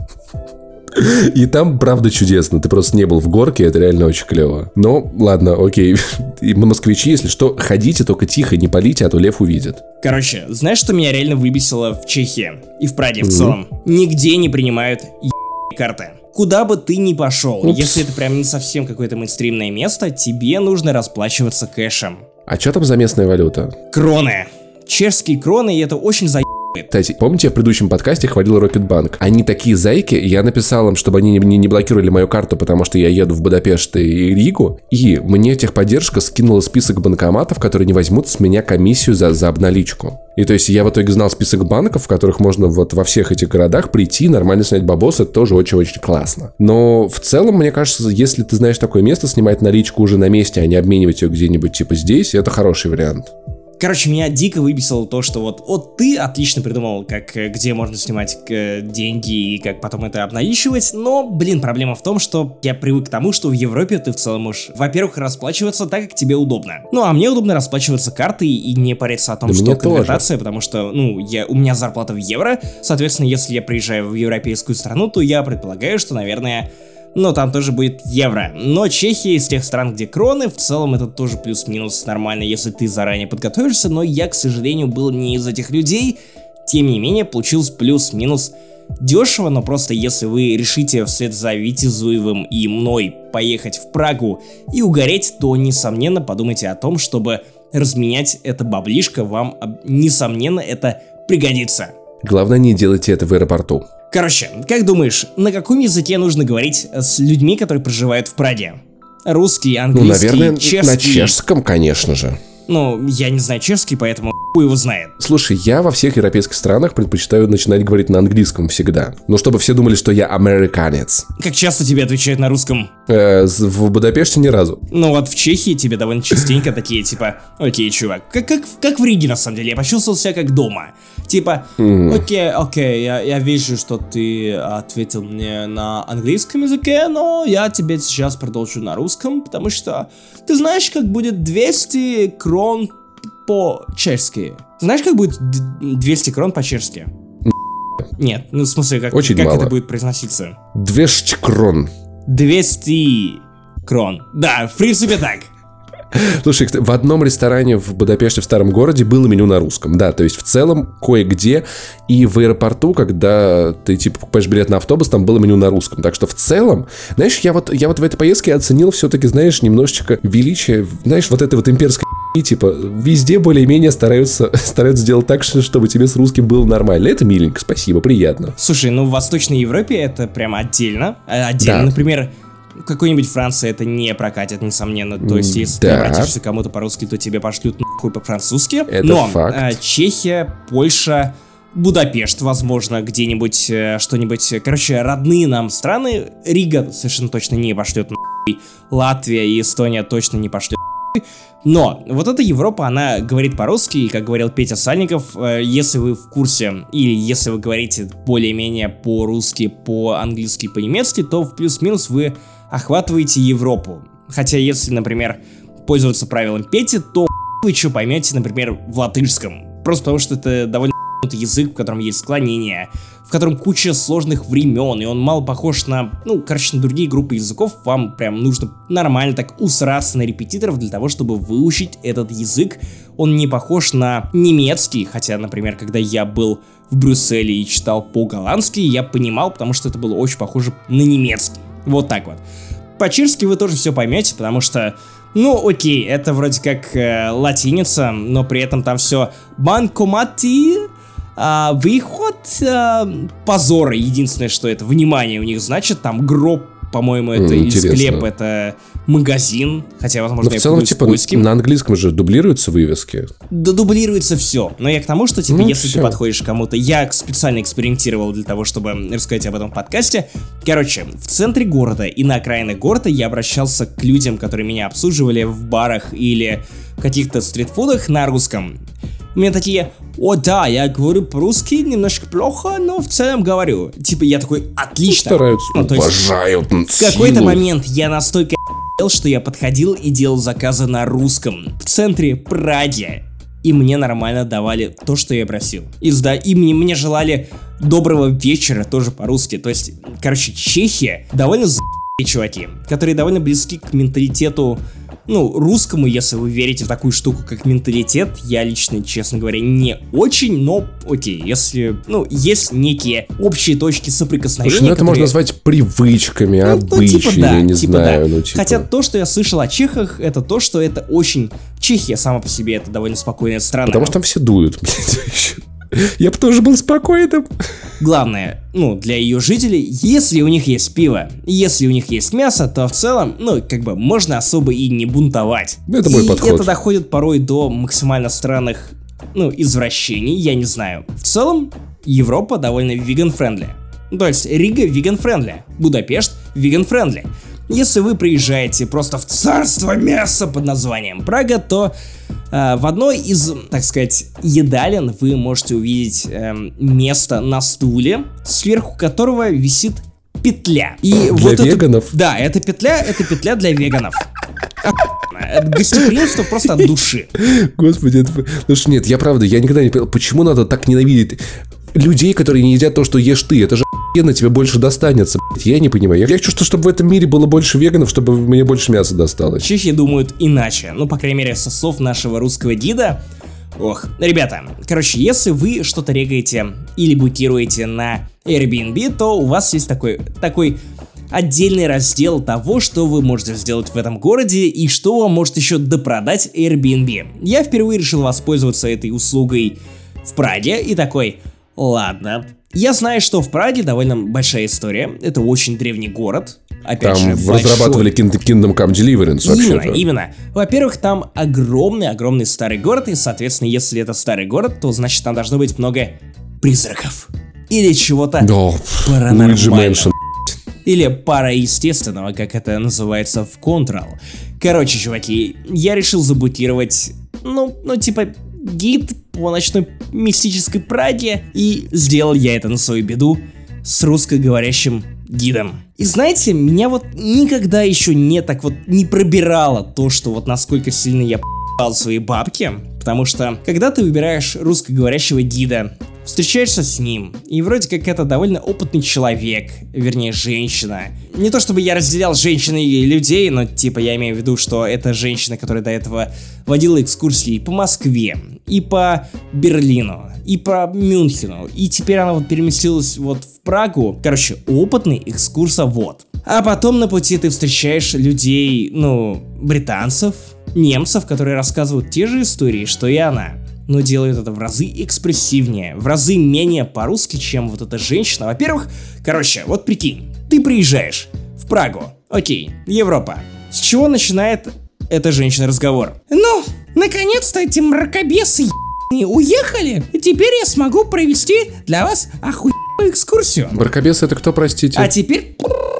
И там правда чудесно, ты просто не был в Горке, это реально очень клево. Но ладно, окей, и мы москвичи, если что, ходите, только тихо, не палите, а то Лев увидит. Короче, знаешь, что меня реально выбесило в Чехии и в Праге в Mm-hmm. целом? Нигде не принимают ебаные карты. Куда бы ты ни пошел, Упс. если это прям не совсем какое-то мейнстримное место, тебе нужно расплачиваться кэшем. А что там за местная валюта? Кроны. Чешские кроны, и это очень заебно, Кстати, помните, я в предыдущем подкасте хвалил Рокетбанк? Они такие зайки, я написал им, чтобы они не, не блокировали мою карту, потому что я еду в Будапешт и Ригу, и мне техподдержка скинула список банкоматов, которые не возьмут с меня комиссию за, за обналичку. И то есть я в итоге знал список банков, в которых можно вот во всех этих городах прийти, нормально снять бабос, это тоже очень-очень классно. Но в целом, мне кажется, если ты знаешь такое место, снимать наличку уже на месте, а не обменивать ее где-нибудь типа здесь, это хороший вариант. Короче, меня дико выбесило то, что вот, вот ты отлично придумал, как, где можно снимать э, деньги и как потом это обналичивать, но, блин, проблема в том, что я привык к тому, что в Европе ты в целом можешь, во-первых, расплачиваться так, как тебе удобно. Ну, а мне удобно расплачиваться картой и не париться о том, да что конвертация, тоже. Потому что, ну, я, у меня зарплата в евро, соответственно, если я приезжаю в европейскую страну, то я предполагаю, что, наверное... Но там тоже будет евро. Но Чехия из тех стран, где кроны, в целом это тоже плюс-минус нормально, если ты заранее подготовишься. Но я, к сожалению, был не из этих людей. Тем не менее, получилось плюс-минус дешево. Но просто если вы решите вслед за Витязуевым и мной поехать в Прагу и угореть, то, несомненно, подумайте о том, чтобы разменять это баблишко. Вам, несомненно, это пригодится. Главное, не делайте это в аэропорту. Короче, как думаешь, на каком языке нужно говорить с людьми, которые проживают в Праге? Русский, английский, ну, наверное, чешский? На чешском, конечно же. Ну, я не знаю чешский, поэтому хуй его знает. Слушай, я во всех европейских странах предпочитаю начинать говорить на английском всегда. Но чтобы все думали, что я американец. Как часто тебе отвечают на русском? Э, в Будапеште ни разу. Ну вот в Чехии тебе довольно частенько такие, типа, окей, чувак, как, как, как в Риге на самом деле, я почувствовал себя как дома. Типа, окей, окей, я, я вижу, что ты ответил мне на английском языке, но я тебе сейчас продолжу на русском, потому что ты знаешь, как будет двести крон по-чешски. Знаешь, как будет двести крон по-чешски? Нет, ну в смысле, как, Очень как мало. это будет произноситься? двести крон. двести крон. Да, в принципе так. Слушай, в одном ресторане в Будапеште, в старом городе, было меню на русском. Да, то есть в целом кое-где и в аэропорту, когда ты типа покупаешь билет на автобус, там было меню на русском. Так что в целом, знаешь, я вот, я вот в этой поездке оценил все-таки, знаешь, немножечко величие, знаешь, вот этой вот имперской и типа везде более-менее стараются, стараются сделать так, чтобы тебе с русским было нормально. Это миленько, спасибо, приятно. Слушай, ну в Восточной Европе это прямо отдельно. Отдельно, да. Например, в какой-нибудь Франции это не прокатит, несомненно. То есть, если да. ты обратишься к кому-то по-русски, то тебе пошлют нахуй по-французски. Это Но факт. Э, Чехия, Польша, Будапешт, возможно, где-нибудь э, что-нибудь. Короче, родные нам страны. Рига совершенно точно не пошлет нахуй. Латвия и Эстония точно не пошлет нахуй. Но вот эта Европа, она говорит по-русски, и, как говорил Петя Сальников, э, если вы в курсе, или если вы говорите более-менее по-русски, по-английски, по-немецки, то в плюс-минус вы охватываете Европу. Хотя, если, например, пользоваться правилом Пети, то вы что поймете, например, в латышском. Просто потому, что это довольно язык, в котором есть склонения, в котором куча сложных времен, и он мало похож на, ну, короче, на другие группы языков. Вам прям нужно нормально так усраться на репетиторов для того, чтобы выучить этот язык. Он не похож на немецкий, хотя, например, когда я был в Брюсселе и читал по-голландски, я понимал, потому что это было очень похоже на немецкий. Вот так вот. По-чешски вы тоже все поймете, потому что, ну, окей, это вроде как э, латиница, но при этом там все банкомати, э, выход, э, позор. Единственное, что это внимание у них значит, там гроб, по-моему, это mm, или склеп, это магазин, хотя, возможно, но я в целом, типа, польским. На английском же дублируются вывески. Да, дублируется все. Но я к тому, что, типа, ну, если все. ты подходишь к кому-то... Я специально экспериментировал для того, чтобы рассказать об этом в подкасте. Короче, в центре города и на окраинах города я обращался к людям, которые меня обслуживали в барах или каких-то стритфудах на русском. У меня такие: о да, я говорю по-русски немножко плохо, но в целом говорю. Типа, я такой: отлично. Стараются, ну, уважают. В какой-то момент я настолько что я подходил и делал заказы на русском в центре Праги, и мне нормально давали то, что я просил. И, да, и мне, мне желали доброго вечера тоже по-русски. То есть, короче, Чехия довольно за***ые чуваки, которые довольно близки к менталитету, ну, русскому, если вы верите в такую штуку, как менталитет. Я лично, честно говоря, не очень, но окей, если, ну, есть некие общие точки соприкосновения. Слушай, ну это которые... можно назвать привычками, ну, обычаями, ну, типа, да, я не типа, знаю. Да. Ну, типа... Хотя то, что я слышал о чехах, это то, что это очень... Чехия сама по себе это довольно спокойная страна. Потому что там все дуют, блядь. Я бы тоже был спокойным. Главное, ну, для ее жителей, если у них есть пиво, если у них есть мясо, то в целом, ну, как бы, можно особо и не бунтовать. Это мой и подход. это доходит порой до максимально странных, ну, извращений, я не знаю. В целом, Европа довольно веган-френдли. То есть, Рига веган-френдли, Будапешт веган-френдли. Если вы приезжаете просто в царство мяса под названием Прага, то э, в одной из, так сказать, едалин вы можете увидеть э, место на стуле, сверху которого висит петля. И для вот веганов? Это, да, эта петля, это петля для веганов. Это гостеприимство просто от души. Господи, это... Ну что, нет, я правда, я никогда не понял, почему надо так ненавидеть людей, которые не едят то, что ешь ты. Это же охуенно, тебе больше достанется, блядь. Я не понимаю. Я хочу, чтобы в этом мире было больше веганов, чтобы мне больше мяса досталось. Чехи думают иначе. Ну, по крайней мере, со слов нашего русского гида. Ох, ребята, короче, если вы что-то регаете или букируете на Airbnb, то у вас есть такой, такой отдельный раздел того, что вы можете сделать в этом городе и что вам может еще допродать Airbnb. Я впервые решил воспользоваться этой услугой в Праге и такой... Ладно. Я знаю, что в Праге довольно большая история. Это очень древний город. Опять там же, разрабатывали большой... Kingdom Come Deliverance вообще-то. Именно, именно. Во-первых, там огромный-огромный старый город, и, соответственно, если это старый город, то, значит, там должно быть много призраков. Или чего-то oh, паранормального. Или параестественного, как это называется в Control. Короче, чуваки, я решил заблокировать, ну, ну, типа... гид по ночной мистической Праге, и сделал я это на свою беду с русскоговорящим гидом. И знаете, меня вот никогда еще не так вот не пробирало то, что вот насколько сильно я п***ал свои бабки, потому что когда ты выбираешь русскоговорящего гида, встречаешься с ним, и вроде как это довольно опытный человек, вернее женщина. Не то чтобы я разделял женщин и людей, но типа я имею в виду, что это женщина, которая до этого водила экскурсии и по Москве, и по Берлину, и по Мюнхену, и теперь она вот переместилась вот в Прагу. Короче, опытный экскурсовод. А потом на пути ты встречаешь людей, ну, британцев, немцев, которые рассказывают те же истории, что и она. Но делают это в разы экспрессивнее, в разы менее по-русски, чем вот эта женщина. Во-первых, короче, вот прикинь, ты приезжаешь в Прагу, окей, Европа. С чего начинает эта женщина разговор? Ну, наконец-то эти мракобесы ебаные уехали, и теперь я смогу провести для вас охуенную экскурсию. Мракобесы это кто, простите? А теперь...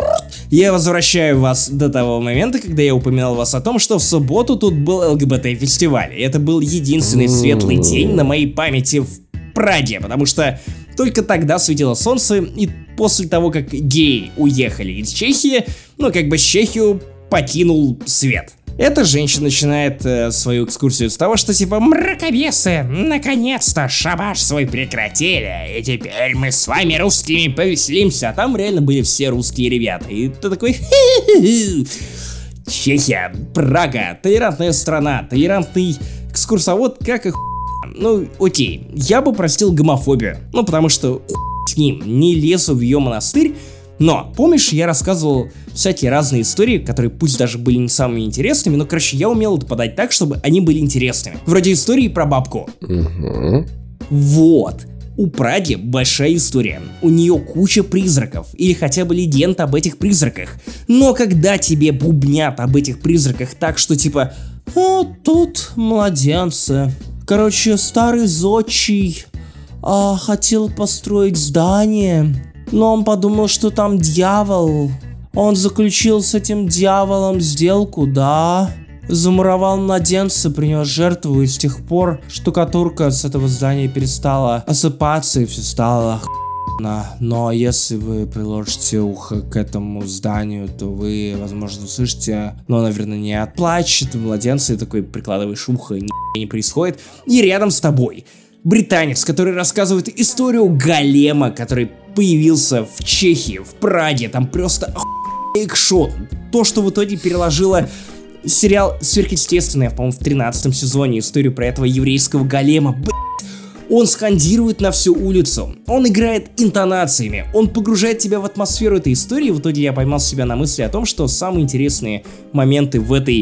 Я возвращаю вас до того момента, когда я упоминал вас о том, что в субботу тут был ЛГБТ-фестиваль. И это был единственный светлый день на моей памяти в Праге, потому что только тогда светило солнце, и после того, как геи уехали из Чехии, ну как бы Чехию покинул свет. Эта женщина начинает э, свою экскурсию с того, что типа мракобесы, наконец-то шабаш свой прекратили, и теперь мы с вами русскими повеселимся. А там реально были все русские ребята. И ты такой... Чехия, Прага, толерантная страна, толерантный экскурсовод, как и ну окей, я бы простил гомофобию, ну потому что с ним, не лезу в ее монастырь. Но, помнишь, я рассказывал всякие разные истории, которые пусть даже были не самыми интересными, но, короче, я умел это подать так, чтобы они были интересными. Вроде истории про бабку. Угу. Вот. У Праги большая история. У нее куча призраков, или хотя бы легенд об этих призраках. Но когда тебе бубнят об этих призраках так, что типа... А тут младенцы. Короче, старый зодчий а, хотел построить здание... Но он подумал, что там дьявол. Он заключил с этим дьяволом сделку, да? Замуровал младенца, принес жертву, и с тех пор штукатурка с этого здания перестала осыпаться, и все стало охуенно. Но если вы приложите ухо к этому зданию, то вы, возможно, услышите, но, наверное, не отплачет младенца, и такой прикладываешь ухо, и ни не происходит. И рядом с тобой британец, который рассказывает историю голема, который появился в Чехии, в Праге, там просто экшот. То, что в итоге переложило сериал «Сверхъестественное», по-моему, в тринадцатом сезоне, историю про этого еврейского голема. Блять, он скандирует на всю улицу, он играет интонациями, он погружает тебя в атмосферу этой истории. В итоге я поймал себя на мысли о том, что самые интересные моменты в этой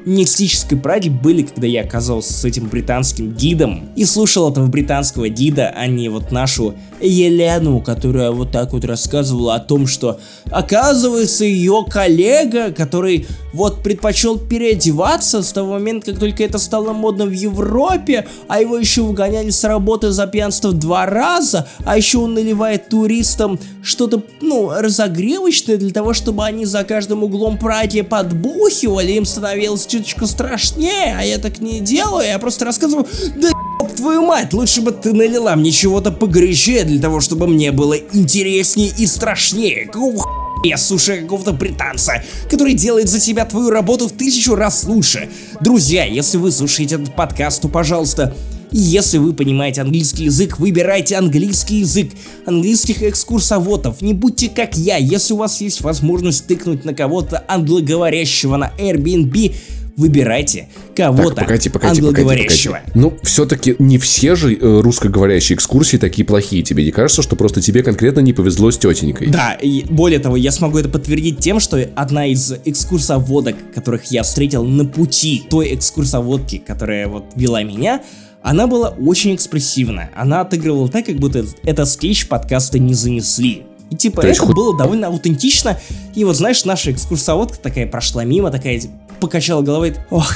мистической Праге были, когда я оказался с этим британским гидом и слушал этого британского гида, а не вот нашу Елену, которая вот так вот рассказывала о том, что оказывается ее коллега, который вот предпочел переодеваться с того момента, как только это стало модно в Европе, а его еще выгоняли с работы за пьянство два раза, а еще он наливает туристам что-то, ну, разогревочное для того, чтобы они за каждым углом Праги подбухивали, им становилось чуточку страшнее, а я так не делаю, я просто рассказываю, да еб твою мать, лучше бы ты налила мне чего-то погорячее для того, чтобы мне было интереснее и страшнее. Какого х**? Я слушаю какого-то британца, который делает за тебя твою работу в тысячу раз лучше. Друзья, если вы слушаете этот подкаст, то, пожалуйста, если вы понимаете английский язык, выбирайте английский язык, английских экскурсоводов. Не будьте как я. Если у вас есть возможность тыкнуть на кого-то англоговорящего на Airbnb, выбирайте кого-то так, погоди, погоди, англоговорящего. Погоди, погоди. Ну, все-таки не все же э, русскоговорящие экскурсии такие плохие. Тебе не кажется, что просто тебе конкретно не повезло с тетенькой? Да, и более того, я смогу это подтвердить тем, что одна из экскурсоводок, которых я встретил на пути той экскурсоводки, которая вот вела меня, она была очень экспрессивна. Она отыгрывала так, как будто это скетч подкаста «Не занесли». И типа То это хоть... было довольно аутентично. И вот знаешь, наша экскурсоводка такая прошла мимо, такая покачала головой. Ох,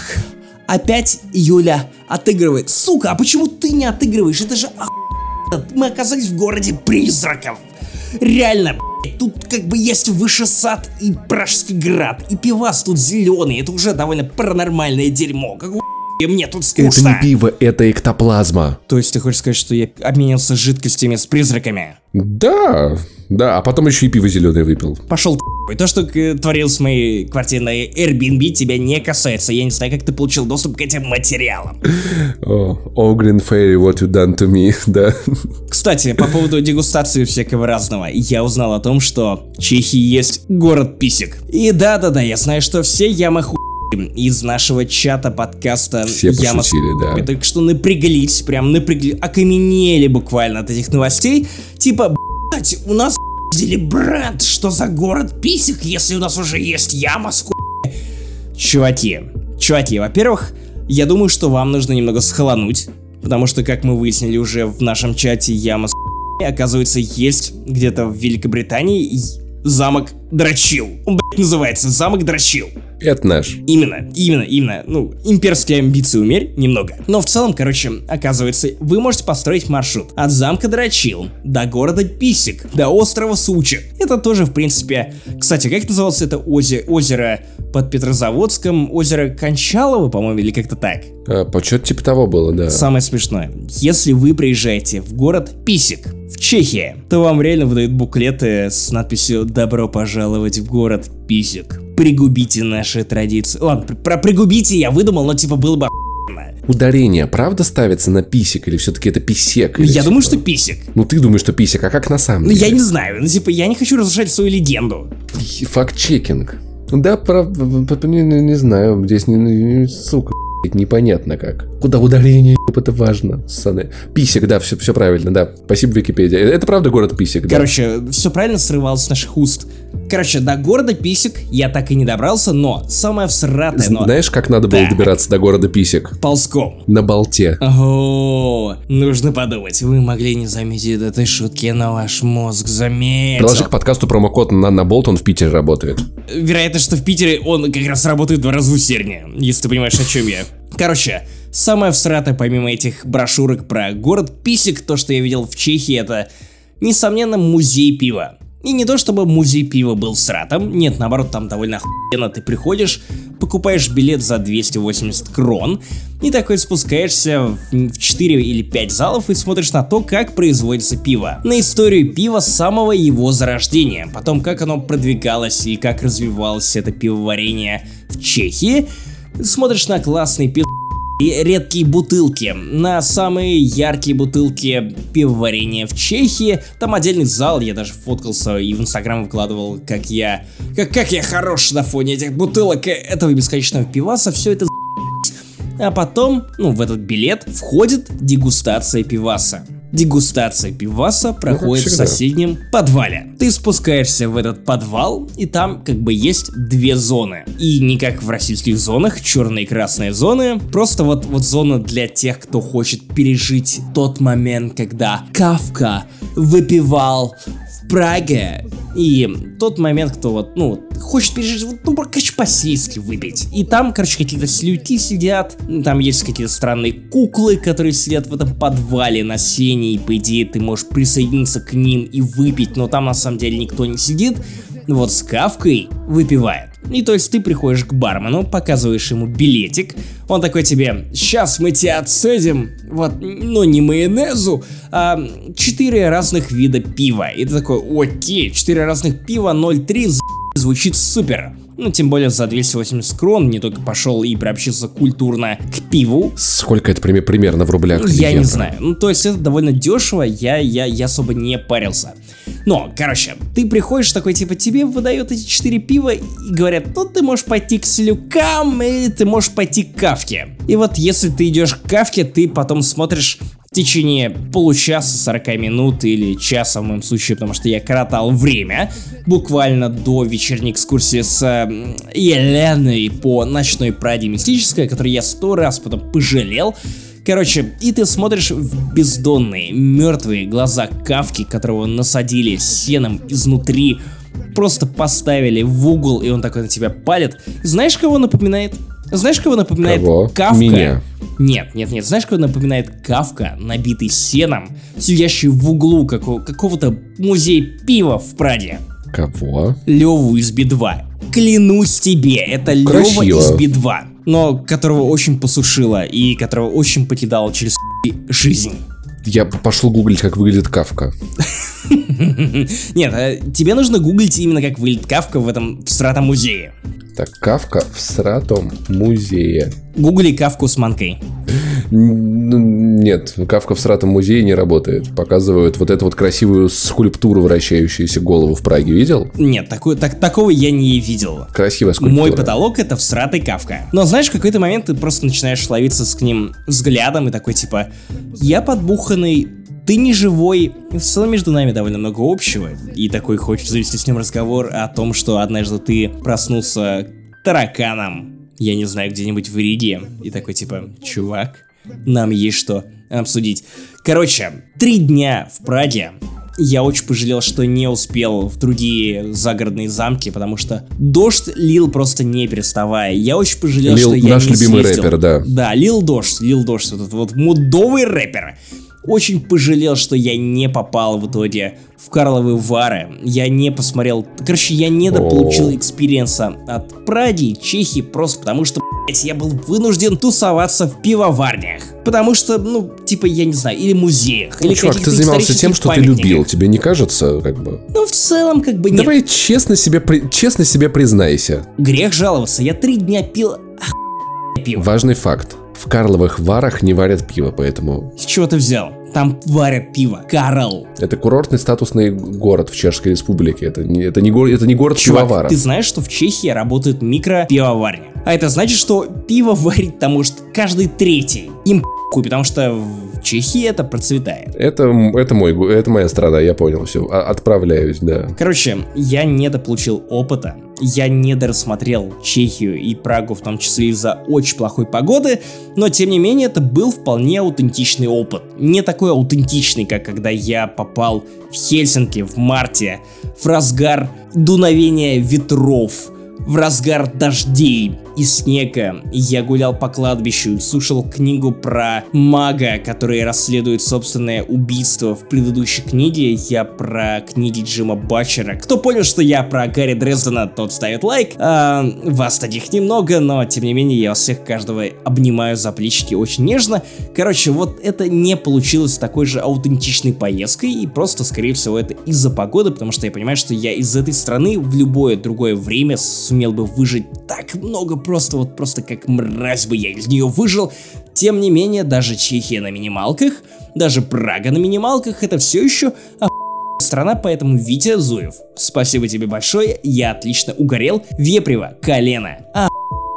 опять Юля отыгрывает. Сука, а почему ты не отыгрываешь? Это же охуенно. Мы оказались в городе призраков. Реально, блядь, тут как бы есть выше сад и Пражский град. И пивас тут зеленый. Это уже довольно паранормальное дерьмо. Как и мне тут скучно. Это не пиво, это эктоплазма. То есть ты хочешь сказать, что я обменялся жидкостями с призраками? Да, да, а потом еще и пиво зеленое выпил. Пошел ты. То, что творилось в моей квартире на Airbnb, тебя не касается. Я не знаю, как ты получил доступ к этим материалам. О, oh, Green Fairy, what you done to me, да. Кстати, по поводу дегустации всякого разного, я узнал о том, что в Чехии есть город писек. И да-да-да, я знаю, что все ямы ху... из нашего чата подкаста все Яма пошутили, да. Только что напряглись, прям напрягли, окаменели буквально от этих новостей. Типа, блять, у нас взяли бренд, что за город писек, если у нас уже есть яма с хуй. Чуваки, чуваки, во-первых, я думаю, что вам нужно немного схолонуть, потому что, как мы выяснили уже в нашем чате, яма с хуй, оказывается, есть где-то в Великобритании замок Дрочил. Он, блядь, называется замок Дрочил. Это наш. Именно, именно, именно. Ну, имперские амбиции умерь немного. Но в целом, короче, оказывается, вы можете построить маршрут от замка Дрочил до города Писек, до острова Сучи. Это тоже, в принципе... Кстати, как называлось это озеро, озеро под Петрозаводском? Озеро Кончалово, по-моему, или как-то так? А, что-то типа того было, да. Самое смешное. Если вы приезжаете в город Писек, в Чехии, то вам реально выдают буклеты с надписью «Добро пожаловать в город Писек». Пригубите наши традиции. Ладно, про пригубите я выдумал, но типа было бы охуенно. Ударение правда ставится на писек или все-таки это писек? Я типа... думаю, что писек. Ну ты думаешь, что писек, а как на самом деле? Ну я не знаю, ну типа я не хочу разрушать свою легенду. Факт-чекинг. Да, правда, не, не, не знаю, здесь, не, не, сука, непонятно как. Куда ударение, это важно. Ссаны. Писек, да, все, все правильно, да. Спасибо, Википедия. Это правда город Писек, да? Короче, все правильно срывалось с наших уст. Короче, до города Писек я так и не добрался, но самое всратое, но... Знаешь, как надо было так. добираться до города Писек? Ползком. На болте. Ого, нужно подумать. Вы могли не заметить этой шутки, но ваш мозг заметил. Приложи к подкасту промокод на, на болт, он в Питере работает. Вероятно, что в Питере он как раз работает в два раза усерднее, если ты понимаешь, о чем я. Короче, самое всратое, помимо этих брошюрок про город Писек, то, что я видел в Чехии, это, несомненно, музей пива. И не то, чтобы музей пива был всратом, нет, наоборот, там довольно охуенно. Ты приходишь, покупаешь билет за двести восемьдесят крон, и такой спускаешься в четыре или пять залов и смотришь на то, как производится пиво. На историю пива с самого его зарождения, потом как оно продвигалось и как развивалось это пивоварение в Чехии. Смотришь на классный пив... и редкие бутылки, на самые яркие бутылки пивоварения в Чехии. Там отдельный зал, я даже фоткался и в Инстаграм выкладывал, как я как, как я хорош на фоне этих бутылок этого бесконечного пиваса, все это за***ь. А потом, ну, в этот билет входит дегустация пиваса. дегустация пиваса проходит в соседнем подвале. Ты спускаешься в этот подвал, и там как бы есть две зоны. И не как в российских зонах, черные и красные зоны, просто вот, вот зона для тех, кто хочет пережить тот момент, когда Кафка выпивал в Праге. И тот момент, кто вот, ну, хочет пережить, вот, ну, короче, по-сельски выпить. И там, короче, какие-то слюки сидят, там есть какие-то странные куклы, которые сидят в этом подвале на сене, и, по идее, ты можешь присоединиться к ним и выпить, но там, на самом деле, никто не сидит. Вот с Кафкой выпивает. И то есть ты приходишь к бармену, показываешь ему билетик, он такой тебе: сейчас мы тебя отсадим, вот, ну не майонезу, а четыре разных вида пива. И ты такой: окей, четыре разных пива, ноль три, звучит супер. Ну, тем более за двести восемьдесят крон не только пошел и приобщился культурно к пиву. Сколько это примерно в рублях? Я не знаю. Ну, то есть это довольно дешево, я, я, я особо не парился. Но, короче, ты приходишь такой, типа, тебе выдают эти четыре пива и говорят: ну, ты можешь пойти к слюкам, или ты можешь пойти к Кафке. И вот если ты идешь к Кафке, ты потом смотришь в течение получаса, сорока минут или часа в моем случае, потому что я коротал время буквально до вечерней экскурсии с э, Еленой по ночной Праде мистической, которую я сто раз потом пожалел. Короче, и ты смотришь в бездонные, мертвые глаза Кафки, которого насадили сеном изнутри, просто поставили в угол, и он такой на тебя палит. Знаешь, кого напоминает? Знаешь, кого напоминает Кого? Кафка? Меня. Нет, нет, нет. Знаешь, кого напоминает Кафка, набитый сеном, сидящий в углу какого- какого-то музея пива в Праде? Кого? Леву из Би два. Клянусь тебе, это Лева из Би два, но которого очень посушило и которого очень покидал через жизнь. Я пошел гуглить, как выглядит Кафка. Нет, тебе нужно гуглить именно, как выглядит Кафка в этом всратом музее. Так, Кафка в сратом музее. Гугли Кафку с манкой. Нет, Кафка в сратом музее не работает. Показывают вот эту вот красивую скульптуру, вращающуюся голову в Праге. Видел? Нет, такой, так, такого я не видел. Красивая скульптура. Мой потолок — это всратый Кафка. Но знаешь, в какой-то момент ты просто начинаешь ловиться с ним взглядом и такой типа: я подбуханный, ты не живой. В целом между нами довольно много общего. И такой хочешь завести с ним разговор о том, что однажды ты проснулся тараканом, я не знаю, где-нибудь в Риге. И такой типа: чувак, нам есть что обсудить. Короче, три дня в Праге. Я очень пожалел, что не успел в другие загородные замки, потому что дождь лил просто не переставая. Я очень пожалел, лил что я наш не любимый съездил. рэпер, да. Да, лил дождь, лил дождь, вот этот вот мудовый рэпер. Очень пожалел, что я не попал в итоге в Карловы Вары. Я не посмотрел... Короче, я не дополучил экспириенса от Праги, Чехии, просто потому что, блять, я был вынужден тусоваться в пивоварнях. Потому что, ну, типа, я не знаю, или музеях, Ну, или чувак, ты каких-то занимался тем, что ты памятниках. любил. Тебе не кажется, как бы? Ну, в целом, как бы нет. Давай честно себе, при- честно себе признайся. Грех жаловаться. Я три дня пил охуенное пиво. Важный факт. В Карловых Варах не варят пиво, поэтому... С чего ты взял? Там варят пиво. Карл. Это курортный статусный город в Чешской Республике. Это не, это не, го- это не город Чувак, пивоваров. ты знаешь, что в Чехии работают микропивоварни? А это значит, что пиво варит там может каждый третий. Им похуй, потому что в Чехии это процветает. Это, это, мой, го- это моя страна, я понял, все. Отправляюсь, да. Короче, я недополучил опыта. Я недорассмотрел Чехию и Прагу, в том числе из-за очень плохой погоды, но тем не менее это был вполне аутентичный опыт. Не такой аутентичный, как когда я попал в Хельсинки в марте, в разгар дуновения ветров, в разгар дождей и снега. Я гулял по кладбищу, слушал книгу про мага, который расследует собственное убийство. В предыдущей книге я про книги Джима Батчера. Кто понял, что я про Гарри Дрездена, тот ставит лайк. А, вас таких немного, но тем не менее я всех каждого обнимаю за плечики очень нежно. Короче, вот это не получилось такой же аутентичной поездкой, и просто, скорее всего, это из-за погоды, потому что я понимаю, что я из этой страны в любое другое время сумел бы выжить так много, просто вот просто как мразь бы я из нее выжил. Тем не менее, даже Чехия на минималках, даже Прага на минималках — это все еще охуенная страна, поэтому Витя Зуев, спасибо тебе большое, я отлично угорел. Вепрево, колено, а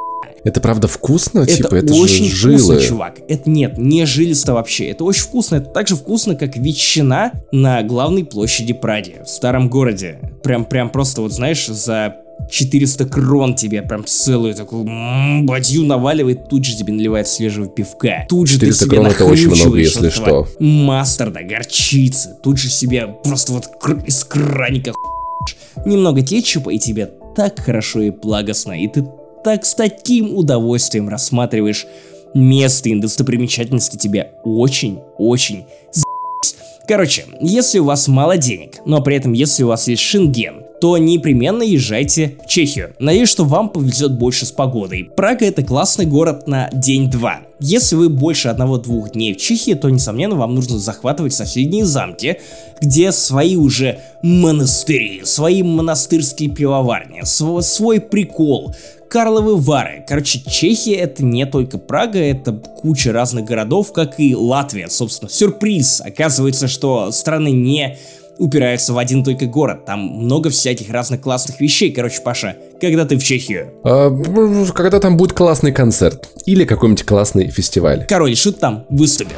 Это правда вкусно? Это типа, это очень же жилы. вкусно, чувак. Это нет, не жилисто вообще. Это очень вкусно. Это так же вкусно, как ветчина на главной площади Праги, в старом городе. Прям, прям просто, вот знаешь, за четыреста крон тебе прям целую такую м-м, бадью наваливает, тут же тебе наливает свежего пивка. Тут же ты себе это очень много, нахрючиваешь если что. мастерда, горчицы. Тут же себе просто вот кр- из краника немного кетчупа, и тебе так хорошо и благостно. И ты так с таким удовольствием рассматриваешь место и достопримечательности, тебе очень-очень за***сь. Короче, если у вас мало денег, но при этом если у вас есть Шенген, то непременно езжайте в Чехию. Надеюсь, что вам повезет больше с погодой. Прага — это классный город на день-два. Если вы больше одного-двух дней в Чехии, то, несомненно, вам нужно захватывать соседние замки, где свои уже монастыри, свои монастырские пивоварни, свой, свой прикол, Карловы Вары. Короче, Чехия — это не только Прага, это куча разных городов, как и Латвия, собственно. Сюрприз! Оказывается, что страны не упираются в один только город. Там много всяких разных классных вещей. Короче, Паша, когда ты в Чехию? А, когда там будет классный концерт. Или какой-нибудь классный фестиваль. Король Шут там выступит.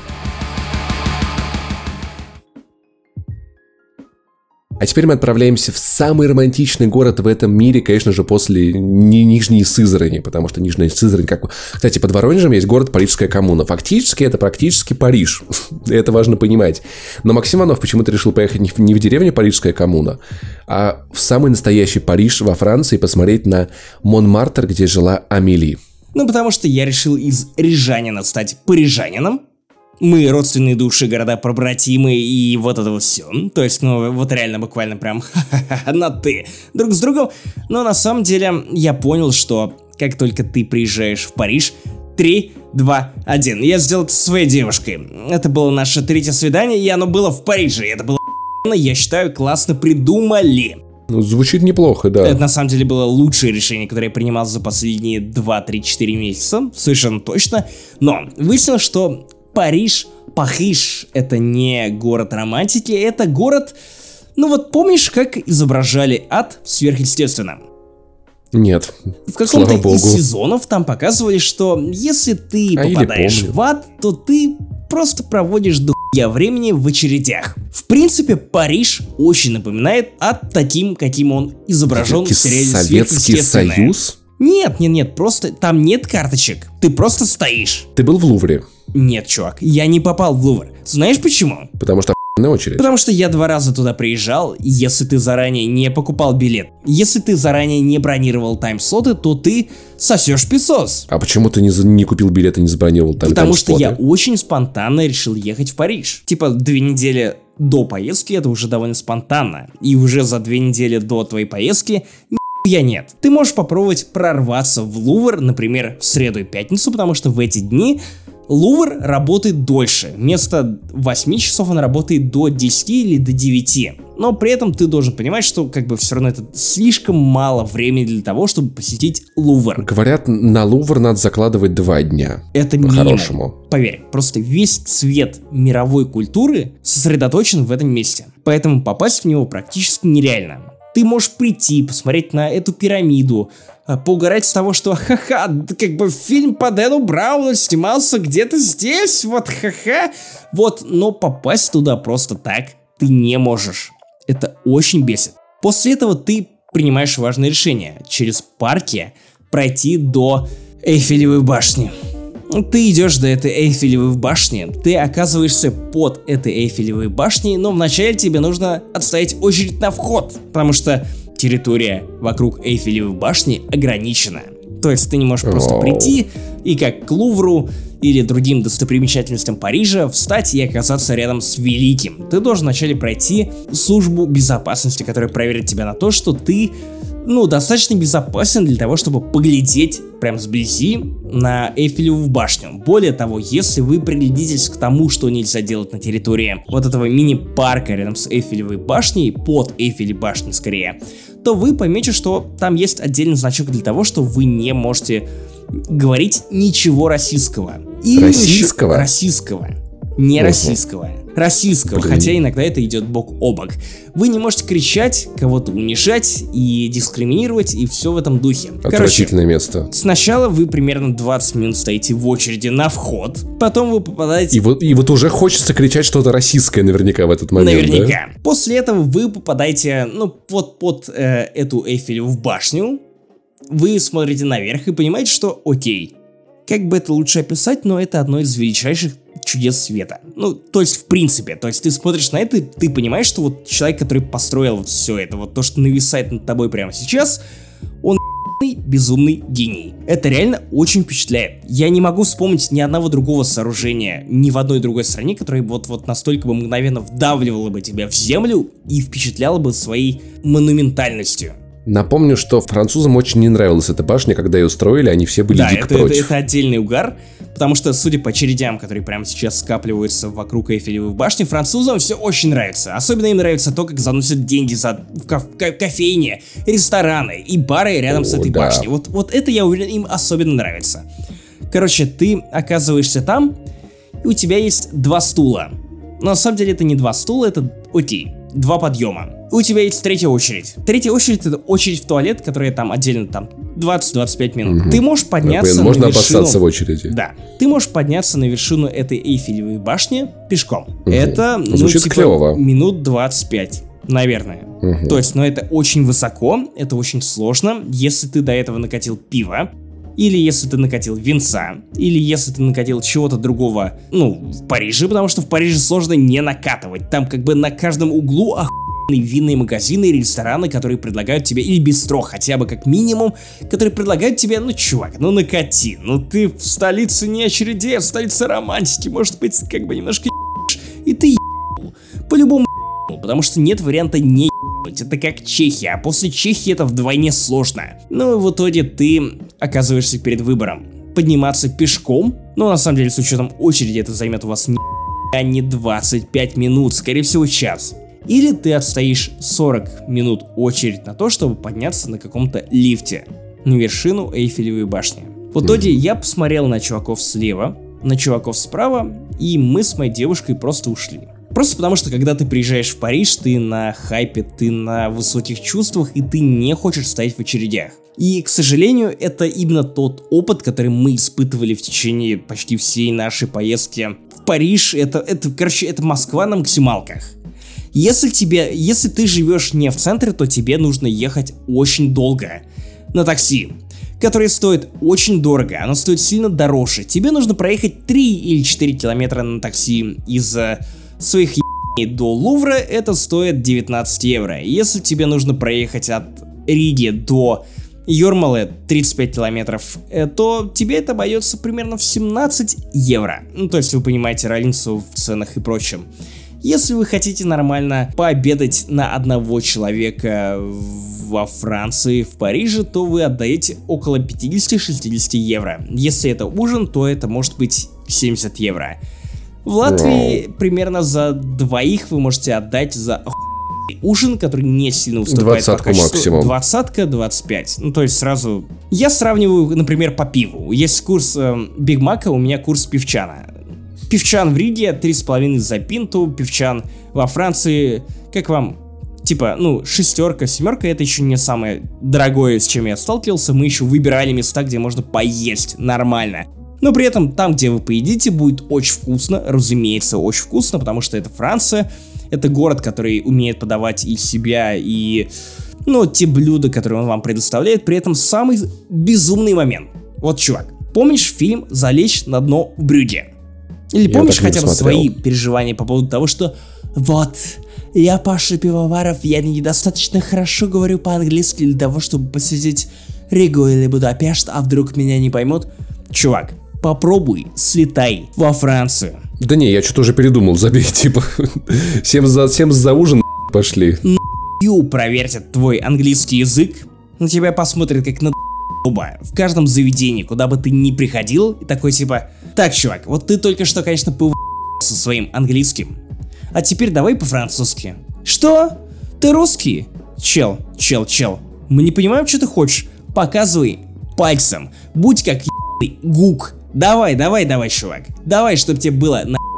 А теперь мы отправляемся в самый романтичный город в этом мире, конечно же, после Ни- Нижней Сызрани, потому что Нижняя Сызрань, как... Кстати, под Воронежем есть город Парижская коммуна. Фактически это практически Париж. Это важно понимать. Но Максим Иванов почему-то решил поехать не в, не в деревню Парижская коммуна, а в самый настоящий Париж во Франции, посмотреть на Монмартр, где жила Амели. Ну, потому что я решил из рижанина стать парижанином. Мы родственные души, города побратимы и вот это вот все. То есть, ну, вот реально буквально прям на «ты» друг с другом. Но на самом деле я понял, что как только ты приезжаешь в Париж, три, два, один. Я сделал это со своей девушкой. Это было наше третье свидание, и оно было в Париже. И это было охуенно, я считаю, классно придумали. Ну, звучит неплохо, да. Это на самом деле было лучшее решение, которое я принимал за последние два, три, четыре месяца. Совершенно точно. Но выяснилось, что Париж, Париж — это не город романтики, это город... Ну вот помнишь, как изображали ад в «Сверхъестественном»? Нет, В каком-то из сезонов там показывали, что если ты а попадаешь в ад, то ты просто проводишь дохуя времени в очередях. В принципе, Париж очень напоминает ад таким, каким он изображен в сериале Советский Союз? Нет, нет, нет, просто там нет карточек, ты просто стоишь. Ты был в Лувре? Нет, чувак, я не попал в Лувр. Знаешь почему? Потому что на очередь. Потому что я два раза туда приезжал, если ты заранее не покупал билет. Если ты заранее не бронировал тайм-слоты, то ты сосешь песос. А почему ты не, не купил билет и не забронировал там Потому что тайм-слоты? я очень спонтанно решил ехать в Париж. Типа две недели до поездки это уже довольно спонтанно. И уже за две недели до твоей поездки я нет. Ты можешь попробовать прорваться в Лувр, например, в среду и пятницу, потому что в эти дни Лувр работает дольше. Вместо восьми часов он работает до десяти или до девяти. Но при этом ты должен понимать, что как бы все равно это слишком мало времени для того, чтобы посетить Лувр. Говорят, на Лувр надо закладывать два дня. Это минимум. По-хорошему. Поверь, просто весь цвет мировой культуры сосредоточен в этом месте. Поэтому попасть в него практически нереально. Ты можешь прийти, посмотреть на эту пирамиду, поугарать с того, что ха-ха, как бы фильм по Дэну Брауну снимался где-то здесь, вот ха-ха. Вот, но попасть туда просто так ты не можешь. Это очень бесит. После этого ты принимаешь важное решение. Через парки пройти до Эйфелевой башни. Ты идешь до этой Эйфелевой башни, ты оказываешься под этой Эйфелевой башней, но вначале тебе нужно отстоять очередь на вход, потому что территория вокруг Эйфелевой башни ограничена. То есть ты не можешь просто Оу. прийти и как к Лувру или другим достопримечательностям Парижа встать и оказаться рядом с великим. Ты должен вначале пройти службу безопасности, которая проверит тебя на то, что ты, ну, достаточно безопасен для того, чтобы поглядеть прям сблизи на Эйфелеву башню. Более того, если вы приглядитесь к тому, что нельзя делать на территории вот этого мини-парка рядом с Эйфелевой башней, под Эйфелевой башней скорее, то вы поймете, что там есть отдельный значок для того, что вы не можете говорить ничего российского. Или Российского? Еще... Российского. Не Угу. российского. Российского, Блин. хотя иногда это идет бок о бок. Вы не можете кричать, кого-то унижать и дискриминировать, и все в этом духе. Короче, Отвратительное место. сначала вы примерно двадцать минут стоите в очереди на вход, потом вы попадаете... И вот, и вот уже хочется кричать что-то российское наверняка в этот момент, Наверняка. Да? После этого вы попадаете, ну, вот под э, эту Эйфелеву башню, вы смотрите наверх и понимаете, что окей, как бы это лучше описать, но это одно из величайших чудес света. Ну, то есть, в принципе, то есть ты смотришь на это, и ты понимаешь, что вот человек, который построил вот все это, вот то, что нависает над тобой прямо сейчас, он безумный гений. Это реально очень впечатляет. Я не могу вспомнить ни одного другого сооружения ни в одной другой стране, которое вот, вот настолько бы мгновенно вдавливало бы тебя в землю и впечатляло бы своей монументальностью. Напомню, что французам очень не нравилась эта башня, когда ее строили, они все были да, дико это, против. это, это отдельный угар, потому что, судя по очередям, которые прямо сейчас скапливаются вокруг Эйфелевой башни, французам все очень нравится. Особенно им нравится то, как заносят деньги за ко- ко- кофейни, рестораны и бары рядом О, с этой да. башней. Вот, вот это, я уверен, им особенно нравится. Короче, ты оказываешься там, и у тебя есть два стула. Но на самом деле это не два стула, это, окей, два подъема. У тебя есть третья очередь. Третья очередь — это очередь в туалет, которая там отдельно там двадцать-двадцать пять минут. Угу. Ты можешь подняться Можно на вершину... обоссаться в очереди. Да. Ты можешь подняться на вершину этой Эйфелевой башни пешком. Угу. Это, ну, Звучит типа, клево. минут двадцать пять. Наверное. Угу. То есть, ну, это очень высоко, это очень сложно. Если ты до этого накатил пиво, или если ты накатил винца, или если ты накатил чего-то другого, ну, в Париже, потому что в Париже сложно не накатывать. Там как бы на каждом углу охуенные винные магазины и рестораны, которые предлагают тебе, или бистро хотя бы как минимум, которые предлагают тебе, ну, чувак, ну, накати, ну, ты в столице не очередей, а в столице романтики, может быть, как бы немножко и ты ебал. По-любому ебал, потому что нет варианта не ебать. Это как Чехия, а после Чехии это вдвойне сложно. Ну и в итоге ты оказываешься перед выбором: подниматься пешком, но на самом деле с учетом очереди это займет у вас ни, не двадцать пять минут, скорее всего час. Или ты отстоишь сорок минут очередь на то, чтобы подняться на каком-то лифте на вершину Эйфелевой башни. В итоге я посмотрел на чуваков слева, на чуваков справа, и мы с моей девушкой просто ушли. Просто потому, что когда ты приезжаешь в Париж, ты на хайпе, ты на высоких чувствах, и ты не хочешь стоять в очередях. И, к сожалению, это именно тот опыт, который мы испытывали в течение почти всей нашей поездки в Париж. Это, это короче, это Москва на максималках. Если тебе, если ты живешь не в центре, то тебе нужно ехать очень долго на такси, которое стоит очень дорого, оно стоит сильно дороже. Тебе нужно проехать три или четыре километра на такси из своих ебаней до Лувра, это стоит девятнадцать евро. Если тебе нужно проехать от Риги до Юрмалы тридцать пять километров, то тебе это обойдется примерно в семнадцать евро. Ну, то есть вы понимаете разницу в ценах и прочем. Если вы хотите нормально пообедать на одного человека во Франции, в Париже, то вы отдаете около пятьдесят-шестьдесят евро. Если это ужин, то это может быть семьдесят евро. В Латвии wow. примерно за двоих вы можете отдать за ужин, который не сильно уступает по качеству. Максимум. Двадцатка, двадцать пять. Ну, то есть сразу... Я сравниваю, например, по пиву. Есть курс э, Биг Мака, у меня курс пивчана. Пивчан в Риге три с половиной за пинту, пивчан во Франции, как вам, типа, ну, шестерка, семерка, это еще не самое дорогое, с чем я сталкивался, мы еще выбирали места, где можно поесть нормально. Но при этом там, где вы поедите, будет очень вкусно, разумеется, очень вкусно, потому что это Франция, это город, который умеет подавать и себя, и, ну, те блюда, которые он вам предоставляет, при этом самый безумный момент. Вот, чувак, помнишь фильм «Залечь на дно в брюде»? Или помнишь хотя бы свои переживания по поводу того, что вот, я Паша Пивоваров, я недостаточно хорошо говорю по-английски для того, чтобы посетить Ригу или Будапешт, а вдруг меня не поймут? Чувак, попробуй, слетай во Францию. Да не, я что-то уже передумал, забей, типа, всем за, всем за ужин пошли. Ю проверьте твой английский язык, на тебя посмотрят как на в каждом заведении, куда бы ты ни приходил, и такой типа: так, чувак, вот ты только что, конечно, пов... со своим английским, а теперь давай по-французски. Что? Ты русский? Чел, чел, чел, мы не понимаем, что ты хочешь. Показывай пальцем, будь как ебаный гук. Давай, давай, давай, чувак, давай, чтобы тебе было на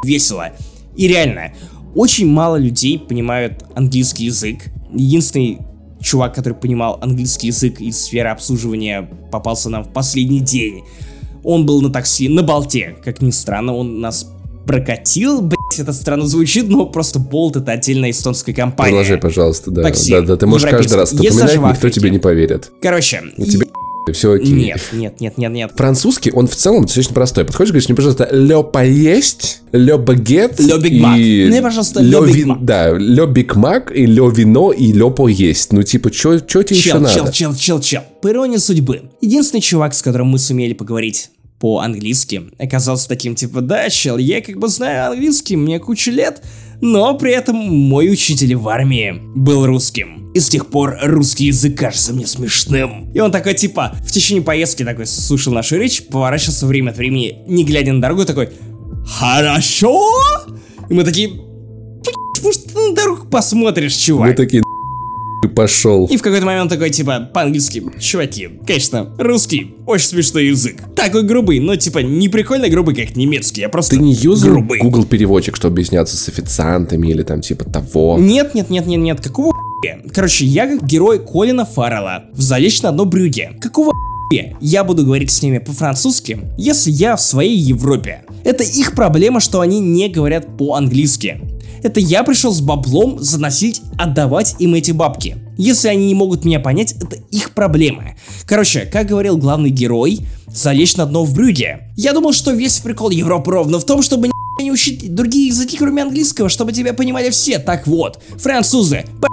весело. И реально, очень мало людей понимают английский язык. Единственный чувак, который понимал английский язык из сферы обслуживания, попался нам в последний день. Он был на такси на Болте, как ни странно, он нас прокатил, блять, это странно звучит, но просто Болт — это отдельная эстонская компания. Продолжай, пожалуйста, да. Такси, да, да, ты можешь каждый раз это упоминать, никто тебе не поверит. Короче. У тебя все окей. Нет, нет, нет, нет, нет. Французский, он в целом достаточно простой. Подходишь, говоришь, мне, пожалуйста, лё поесть, лё багет лё биг мак. Мне, пожалуйста, лё биг мак. Да, лё биг мак, и лё вино, и лё поесть. Ну, типа, чё, чё тебе еще надо? Чел, чел, чел, чел. По иронии судьбы, единственный чувак, с которым мы сумели поговорить по-английски, оказался таким, типа, да, чел, я как бы знаю английский, мне куча лет, но при этом мой учитель в армии был русским. И с тех пор русский язык кажется мне смешным. И он такой, типа, в течение поездки такой слушал нашу речь, поворачивался время от времени, не глядя на дорогу, такой: «Хорошо?» И мы такие: «Может, ты на дорогу посмотришь, чувак?» Мы такие: пошел. И в какой-то момент такой, типа, по-английски: «Чуваки, конечно, русский очень смешной язык. Такой грубый, но типа не прикольно грубый, как немецкий, а просто Ты не юзал грубый». Google переводчик, чтобы объясняться с официантами или там типа того? Нет, нет, нет, нет, нет, какого хуя? Короче, я как герой Колина Фаррелла «Залечь на дно брюге». Какого хуя я буду говорить с ними по-французски, если я в своей Европе? Это их проблема, что они не говорят по-английски. Это я пришел с баблом заносить, отдавать им эти бабки. Если они не могут меня понять, это их проблема. Короче, как говорил главный герой, залечь на дно в брюге. Я думал, что весь прикол Европы ровно в том, чтобы не учить другие языки, кроме английского, чтобы тебя понимали все. Так вот, французы, по***.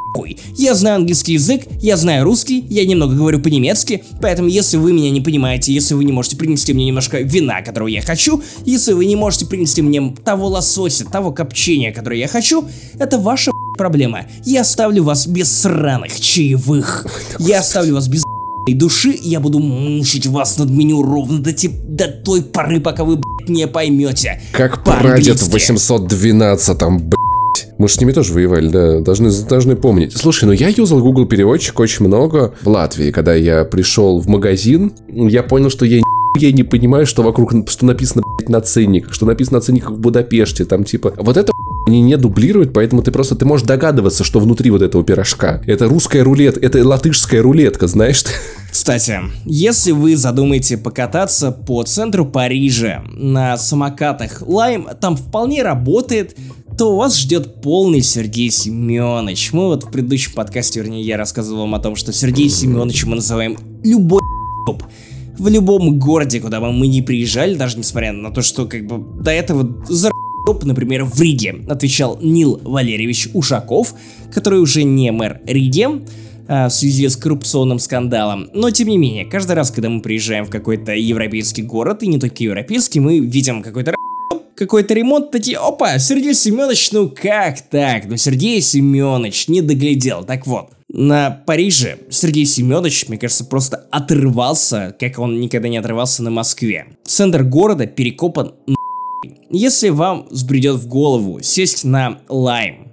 Я знаю английский язык, я знаю русский, я немного говорю по-немецки, поэтому если вы меня не понимаете, если вы не можете принести мне немножко вина, которого я хочу, если вы не можете принести мне того лосося, того копчения, которое я хочу, это ваша проблема. Я оставлю вас без сраных чаевых. Я оставлю вас без души, и я буду мучить вас над меню ровно до, те, до той поры, пока вы, блядь, не поймете. Как прадед в восемьсот двенадцатом, блядь. Мы же с ними тоже воевали, да, должны, должны помнить. Слушай, ну я юзал Google переводчик очень много в Латвии. Когда я пришел в магазин, я понял, что я я не понимаю, что вокруг, что написано, блядь, на ценниках, что написано на ценниках в Будапеште, там типа, вот это они не дублируют, поэтому ты просто, ты можешь догадываться, что внутри вот этого пирожка. Это русская рулетка, это латышская рулетка, знаешь? Кстати, если вы задумаете покататься по центру Парижа на самокатах Lime, там вполне работает, то у вас ждет полный Сергей Семенович. Мы вот в предыдущем подкасте, вернее, я рассказывал вам о том, что Сергей Семенович мы называем любой ***. В любом городе, куда бы мы ни приезжали, даже несмотря на то, что как бы до этого за например, в Риге отвечал Нил Валерьевич Ушаков, который уже не мэр Риги а, в связи с коррупционным скандалом. Но тем не менее, каждый раз, когда мы приезжаем в какой-то европейский город, и не только европейский, мы видим какой-то какой-то ремонт, такие: опа, Сергей Семенович, ну как так? Ну Сергей Семенович не доглядел. Так вот, на Париже Сергей Семенович, мне кажется, просто отрывался, как он никогда не отрывался на Москве. Центр города перекопан на***. Если вам взбредет в голову сесть на Lime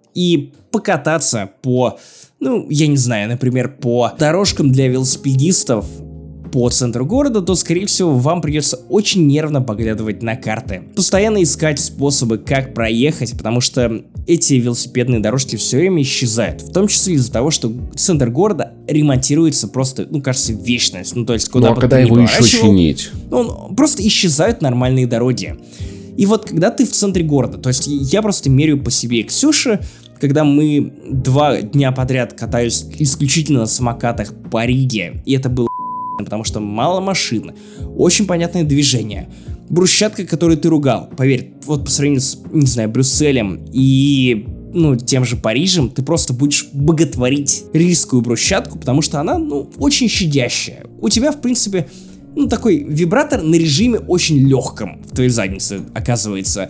и покататься по, ну, я не знаю, например, по дорожкам для велосипедистов по центру города, то, скорее всего, вам придется очень нервно поглядывать на карты. Постоянно искать способы, как проехать, потому что эти велосипедные дорожки все время исчезают. В том числе из-за того, что центр города ремонтируется просто, ну, кажется, вечность. Ну, то есть, куда ну, а бы когда ты его ни еще чинить? Он, просто исчезают нормальные дороги. И вот когда ты в центре города, то есть я просто меряю по себе и Ксюше, когда мы два дня подряд катались исключительно на самокатах по Риге, и это было потому что мало машин, очень понятное движение, брусчатка, которую ты ругал, поверь, вот по сравнению с, не знаю, Брюсселем и, ну, тем же Парижем, ты просто будешь боготворить рижскую брусчатку, потому что она, ну, очень щадящая. У тебя, в принципе, ну, такой вибратор на режиме очень легком в твоей заднице, оказывается.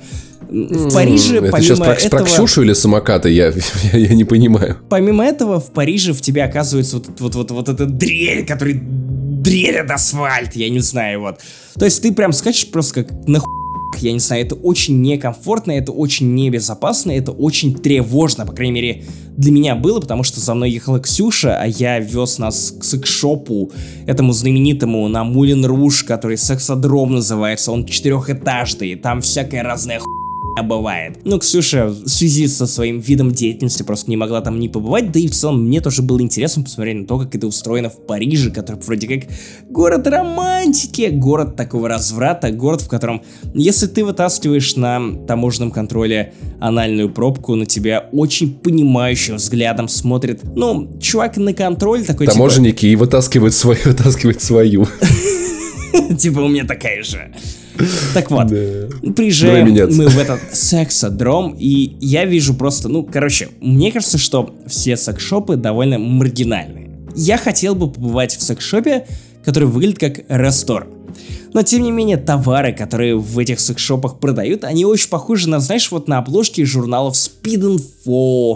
В Париже, это помимо сейчас про, этого... про Ксюшу или самокаты, я, я, я не понимаю. Помимо этого, в Париже в тебе оказывается вот, вот, вот, вот эта дрель, который дрелит асфальт, я не знаю, вот. То есть ты прям скачешь просто как на хуй, я не знаю, это очень некомфортно, это очень небезопасно, это очень тревожно, по крайней мере, для меня было, потому что за мной ехала Ксюша, а я вез нас к секс-шопу, этому знаменитому на Мулен Руж, который сексодром называется, он четырехэтажный, там всякая разная хуйня бывает. Но Ксюша в связи со своим видом деятельности просто не могла там не побывать, да и в целом мне тоже было интересно посмотреть на то, как это устроено в Париже, который вроде как город романтики, город такого разврата, город, в котором, если ты вытаскиваешь на таможенном контроле анальную пробку, на тебя очень понимающим взглядом смотрит, ну, чувак на контроль такой, таможенники типа... и вытаскивают свою, вытаскивают свою. Типа у меня такая же. Так вот, да. Приезжаем мы в этот сексодром, и я вижу просто, ну, короче, мне кажется, что все секс-шопы довольно маргинальные. Я хотел бы побывать в секс-шопе, который выглядит как ресторан. Но, тем не менее, товары, которые в этих секс-шопах продают, они очень похожи на, знаешь, вот на обложки журналов Speed.Info,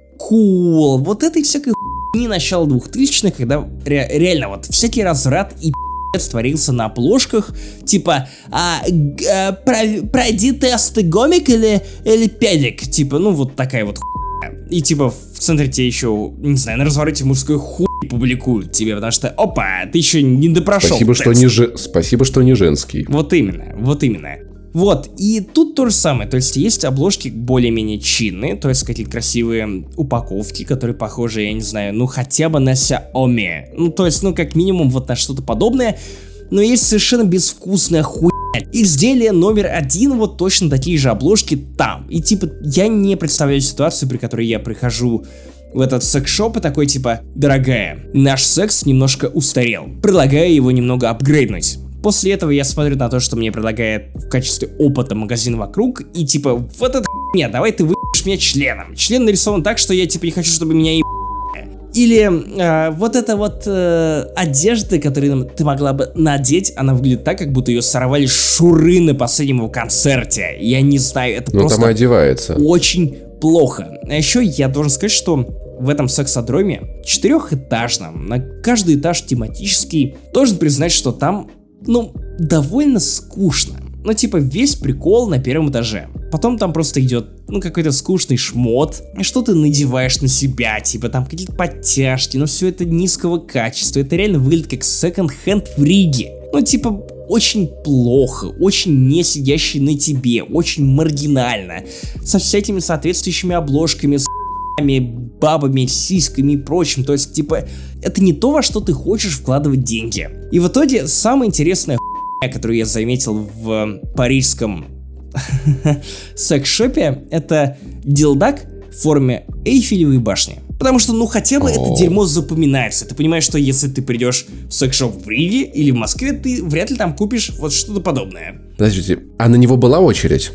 Cool, вот этой всякой хуйни начала двухтысячных, когда ре- реально вот всякий разврат и творился на обложках, типа, а, а, пройди тесты гомик или, или педик, типа, ну вот такая вот хуйня. И типа в центре тебе еще, не знаю, на развороте мужской хуй публикуют тебе, потому что, опа, ты еще не допрошел Спасибо, тест. что не же... Спасибо, что не женский. Вот именно, вот именно. Вот, и тут то же самое, то есть есть обложки более-менее чинные, то есть какие-то красивые упаковки, которые похожи, я не знаю, ну хотя бы на Xiaomi, ну то есть, ну как минимум вот на что-то подобное, но есть совершенно безвкусная хуйня. Изделие номер один, вот точно такие же обложки там, и типа я не представляю ситуацию, при которой я прихожу в этот секс-шоп и такой типа, дорогая, наш секс немножко устарел, предлагаю его немного апгрейднуть. После этого я смотрю на то, что мне предлагает в качестве опыта магазин вокруг, и типа, вот это хуйня, давай ты выебешь меня членом. Член нарисован так, что я типа не хочу, чтобы меня ебали. Или э, вот эта вот э, одежда, которую ты могла бы надеть, она выглядит так, как будто ее сорвали шуры на последнем его концерте. Я не знаю, это ну, просто там одевается. Очень плохо. А еще я должен сказать, что в этом сексодроме четырехэтажном, на каждый этаж тематический, должен признать, что там, ну, довольно скучно. Ну, типа, весь прикол на первом этаже. Потом там просто идет, ну, какой-то скучный шмот. Что ты надеваешь на себя, типа, там какие-то подтяжки. Но все это низкого качества. Это реально выглядит как секонд-хенд в Риге. Ну, типа, очень плохо, очень не сидящий на тебе, очень маргинально. Со всякими соответствующими обложками, с бабами, сиськами и прочим. То есть, типа, это не то, во что ты хочешь вкладывать деньги. И в итоге, самая интересная хуйня, которую я заметил в парижском секс-шопе, это дилдак в форме Эйфелевой башни. Потому что, ну, хотя бы это дерьмо запоминается. Ты понимаешь, что если ты придешь в секс-шоп в Риге или в Москве, ты вряд ли там купишь вот что-то подобное. Подождите, а на него была очередь?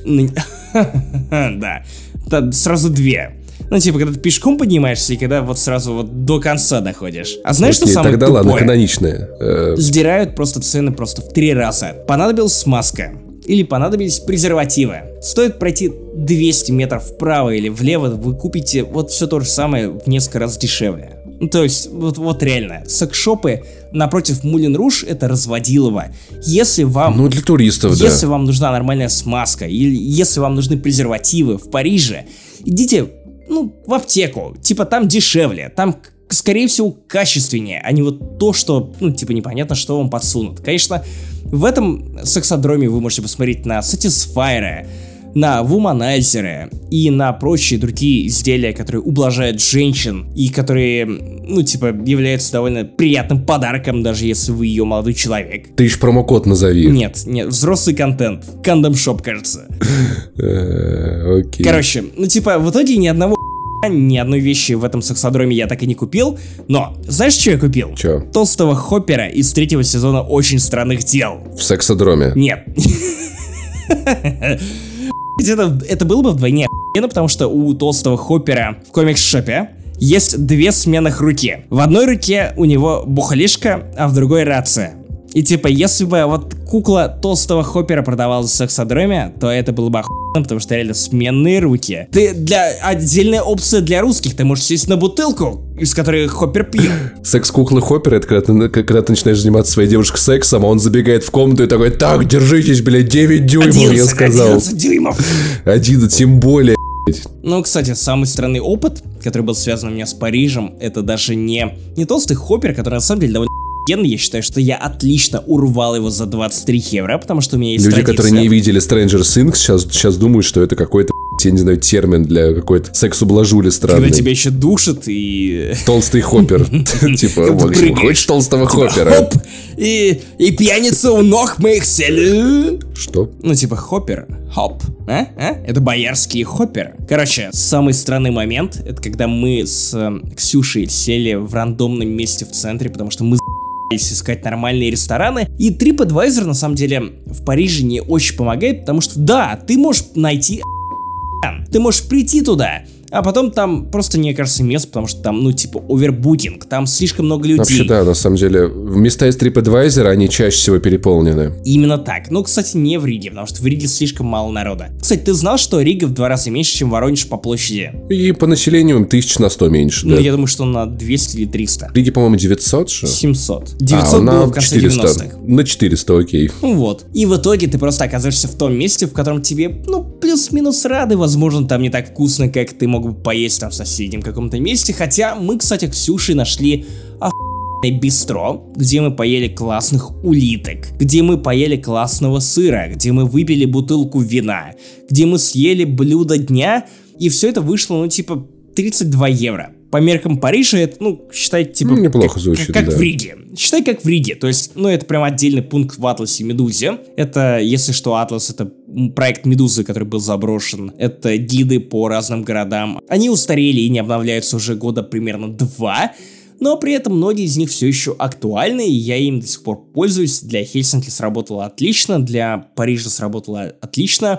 Да, сразу две. Ну, типа, когда ты пешком поднимаешься, и когда вот сразу вот до конца доходишь. А знаешь, Окей, что самое тогда тупое? Ладно, каноничное. Э... Сдирают просто цены просто в три раза. Понадобилась смазка. Или понадобились презервативы. Стоит пройти двести метров вправо или влево, вы купите вот все то же самое в несколько раз дешевле. Ну, то есть, вот, вот реально, секс-шопы напротив Мулен Руж это разводилово. Если вам... Ну, для туристов, если да. Если вам нужна нормальная смазка, или если вам нужны презервативы в Париже, идите, ну, в аптеку. Типа, там дешевле, там, скорее всего, качественнее, а не вот то, что, ну, типа, непонятно, что вам подсунут. Конечно, в этом сексодроме вы можете посмотреть на Satisfyer, на вуманайзеры и на прочие другие изделия, которые ублажают женщин и которые, ну, типа, являются довольно приятным подарком, даже если вы ее молодой человек. Ты еще промокод назови. Нет, нет, взрослый контент. Кондом шоп, кажется. Окей. Короче, ну, типа, в итоге ни одного ни одной вещи в этом сексодроме я так и не купил, но знаешь, что я купил? Чё? Толстого Хоппера из третьего сезона «Очень странных дел». В сексодроме? Нет. Это, это было бы вдвойне охуенно, потому что у Толстого Хоппера в комикс-шопе есть две сменных руки. В одной руке у него бухалишка, а в другой рация. И типа, если бы вот кукла Толстого Хоппера продавалась в сексодроме, то это было бы охуенно, потому что реально сменные руки. Ты для отдельная опция для русских, ты можешь сесть на бутылку, из которой Хоппер пьет. Секс-куклы Хоппера — это когда ты, когда ты начинаешь заниматься своей девушкой сексом, а он забегает в комнату и такой: так, держитесь, блядь, девять дюймов, я сказал. одиннадцать дюймов. Один, тем более. Ну, кстати, самый странный опыт, который был связан у меня с Парижем, это даже не, не Толстый Хоппер, который на самом деле довольно Я считаю, что я отлично урвал его за двадцать три евро, потому что у меня есть Люди, традиция. которые не видели Stranger Things, сейчас, сейчас думают, что это какой-то, я не знаю, термин для какой-то секс-ублажули странный. Когда тебя еще душат и... Толстый хоппер. Типа, хочешь толстого хоппера? Хоп! И пьяница у ног моих сели. Что? Ну, типа, хоппер. Хоп. А? А? Это боярский хоппер. Короче, самый странный момент, это когда мы с Ксюшей сели в рандомном месте в центре, потому что мы искать нормальные рестораны. И TripAdvisor, на самом деле, в Париже не очень помогает, потому что, да, ты можешь найти ты можешь прийти туда, а потом там просто не окажется мест, потому что там, ну, типа, овербукинг, там слишком много людей. Вообще, да, на самом деле, места из TripAdvisor, они чаще всего переполнены. Именно так. Ну, кстати, не в Риге, потому что в Риге слишком мало народа. Кстати, ты знал, что Рига в два раза меньше, чем Воронеж по площади? И по населению тысяч на сто меньше, Ну, да. я думаю, что на двести или триста. В Риге, по-моему, девятьсот же? семьсот. девятьсот а, было в конце четыреста. девяностых. На четыреста, окей. Ну вот. И в итоге ты просто оказываешься в том месте, в котором тебе, ну, плюс-минус рады. Возможно, там не так вкусно, как ты мог бы поесть там в соседнем каком-то месте. Хотя мы, кстати, Ксюшей нашли охуенное бистро, где мы поели классных улиток, где мы поели классного сыра, где мы выпили бутылку вина, где мы съели блюдо дня. И все это вышло, ну, типа, тридцать два евро. По меркам Парижа это, ну, считай, типа... Ну, неплохо как, звучит, как, как да. в Риге. Считай, как в Риге. То есть, ну, это прям отдельный пункт в Атласе Медузе. Это, если что, Атлас — это проект Медузы, который был заброшен. Это гиды по разным городам. Они устарели и не обновляются уже года примерно два. Но при этом многие из них все еще актуальны, и я им до сих пор пользуюсь. Для Хельсинки сработало отлично, для Парижа сработало отлично.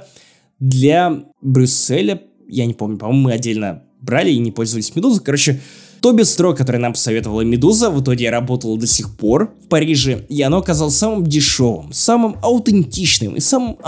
Для Брюсселя, я не помню, по-моему, мы отдельно брали и не пользовались Медузой. Короче, то бистро, которое нам посоветовала Медуза, в итоге работало до сих пор в Париже, и оно оказалось самым дешевым, самым аутентичным и самым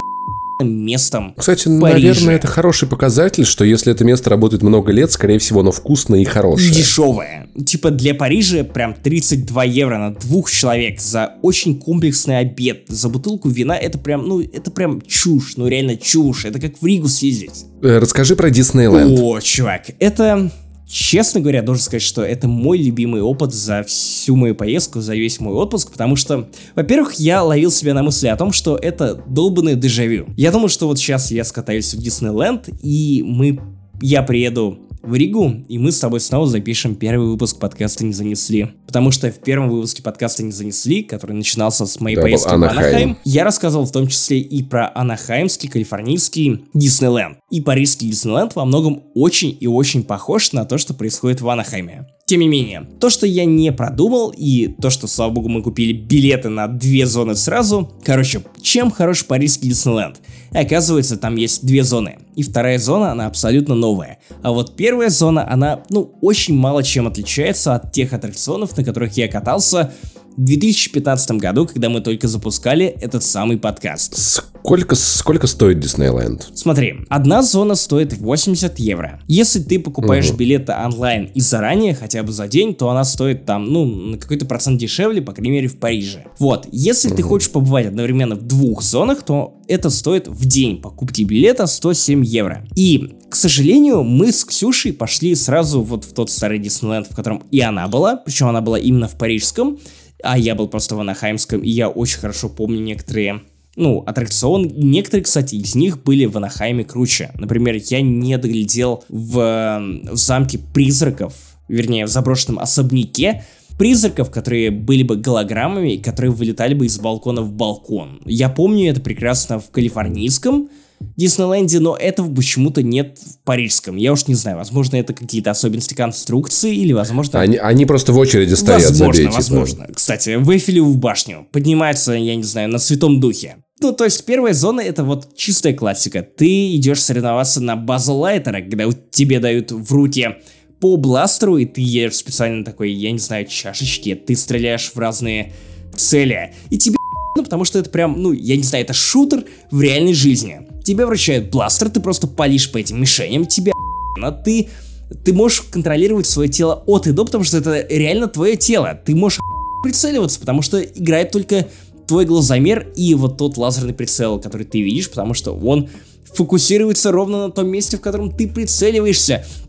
местом. Кстати, в Париже. наверное, это хороший показатель, что если это место работает много лет, скорее всего, оно вкусное и хорошее. Дешевое. Типа для Парижа прям тридцать два евро на двух человек за очень комплексный обед, за бутылку вина, это прям, ну, это прям чушь, ну реально чушь, это как в Ригу съездить. Расскажи про Диснейленд. О, чувак, это... Честно говоря, должен сказать, что это мой любимый опыт за всю мою поездку, за весь мой отпуск, потому что, во-первых, я ловил себя на мысли о том, что это долбанное дежавю. Я думаю, что вот сейчас я скатаюсь в Диснейленд, и мы, я приеду в Ригу, и мы с тобой снова запишем первый выпуск подкаста «Не занесли». Потому что в первом выпуске подкаста «Не занесли», который начинался с моей да, поездки в Анахайм, я рассказывал в том числе и про анахаймский, калифорнийский Диснейленд. И парижский Диснейленд во многом очень и очень похож на то, что происходит в Анахайме. Тем не менее, то, что я не продумал, и то, что, слава богу, мы купили билеты на две зоны сразу. Короче, чем хорош парижский Диснейленд? Оказывается, там есть две зоны. И вторая зона, она абсолютно новая. А вот первая зона, она, ну, очень мало чем отличается от тех аттракционов, на которых я катался в две тысячи пятнадцатом году, когда мы только запускали этот самый подкаст. Сколько, сколько стоит Диснейленд? Смотри, одна зона стоит восемьдесят евро. Если ты покупаешь угу. билеты онлайн и заранее, хотя бы за день, то она стоит там, ну, на какой-то процент дешевле, по крайней мере, в Париже. Вот, если угу. ты хочешь побывать одновременно в двух зонах, то это стоит в день покупки билета сто семь евро. И, к сожалению, мы с Ксюшей пошли сразу вот в тот старый Диснейленд, в котором и она была, причем она была именно в парижском, а я был просто в анахаймском, и я очень хорошо помню некоторые, ну, аттракционы. Некоторые, кстати, из них были в Анахайме круче. Например, я не доглядел в, в замке призраков, вернее, в заброшенном особняке, призраков, которые были бы голограммами, которые вылетали бы из балкона в балкон. Я помню это прекрасно в калифорнийском Диснейленде, но этого почему-то нет в парижском. Я уж не знаю, возможно, это какие-то особенности конструкции, или, возможно... Они, они просто в очереди стоят, возможно, забей, возможно. Типа. Кстати, в Эйфелеву башню поднимаются, я не знаю, на Святом Духе. Ну, то есть первая зона — это вот чистая классика. Ты идешь соревноваться на базл-лайтера, когда тебе дают в руки по бластеру, и ты едешь специально такой, я не знаю, чашечки, ты стреляешь в разные цели, и тебе ну, потому что это прям, ну, я не знаю, это шутер в реальной жизни. Тебе вручают бластер, ты просто палишь по этим мишеням, тебе но ты, ты можешь контролировать свое тело от и до, потому что это реально твое тело. Ты можешь прицеливаться, потому что играет только твой глазомер и вот тот лазерный прицел, который ты видишь, потому что он фокусируется ровно на том месте, в котором ты прицеливаешься.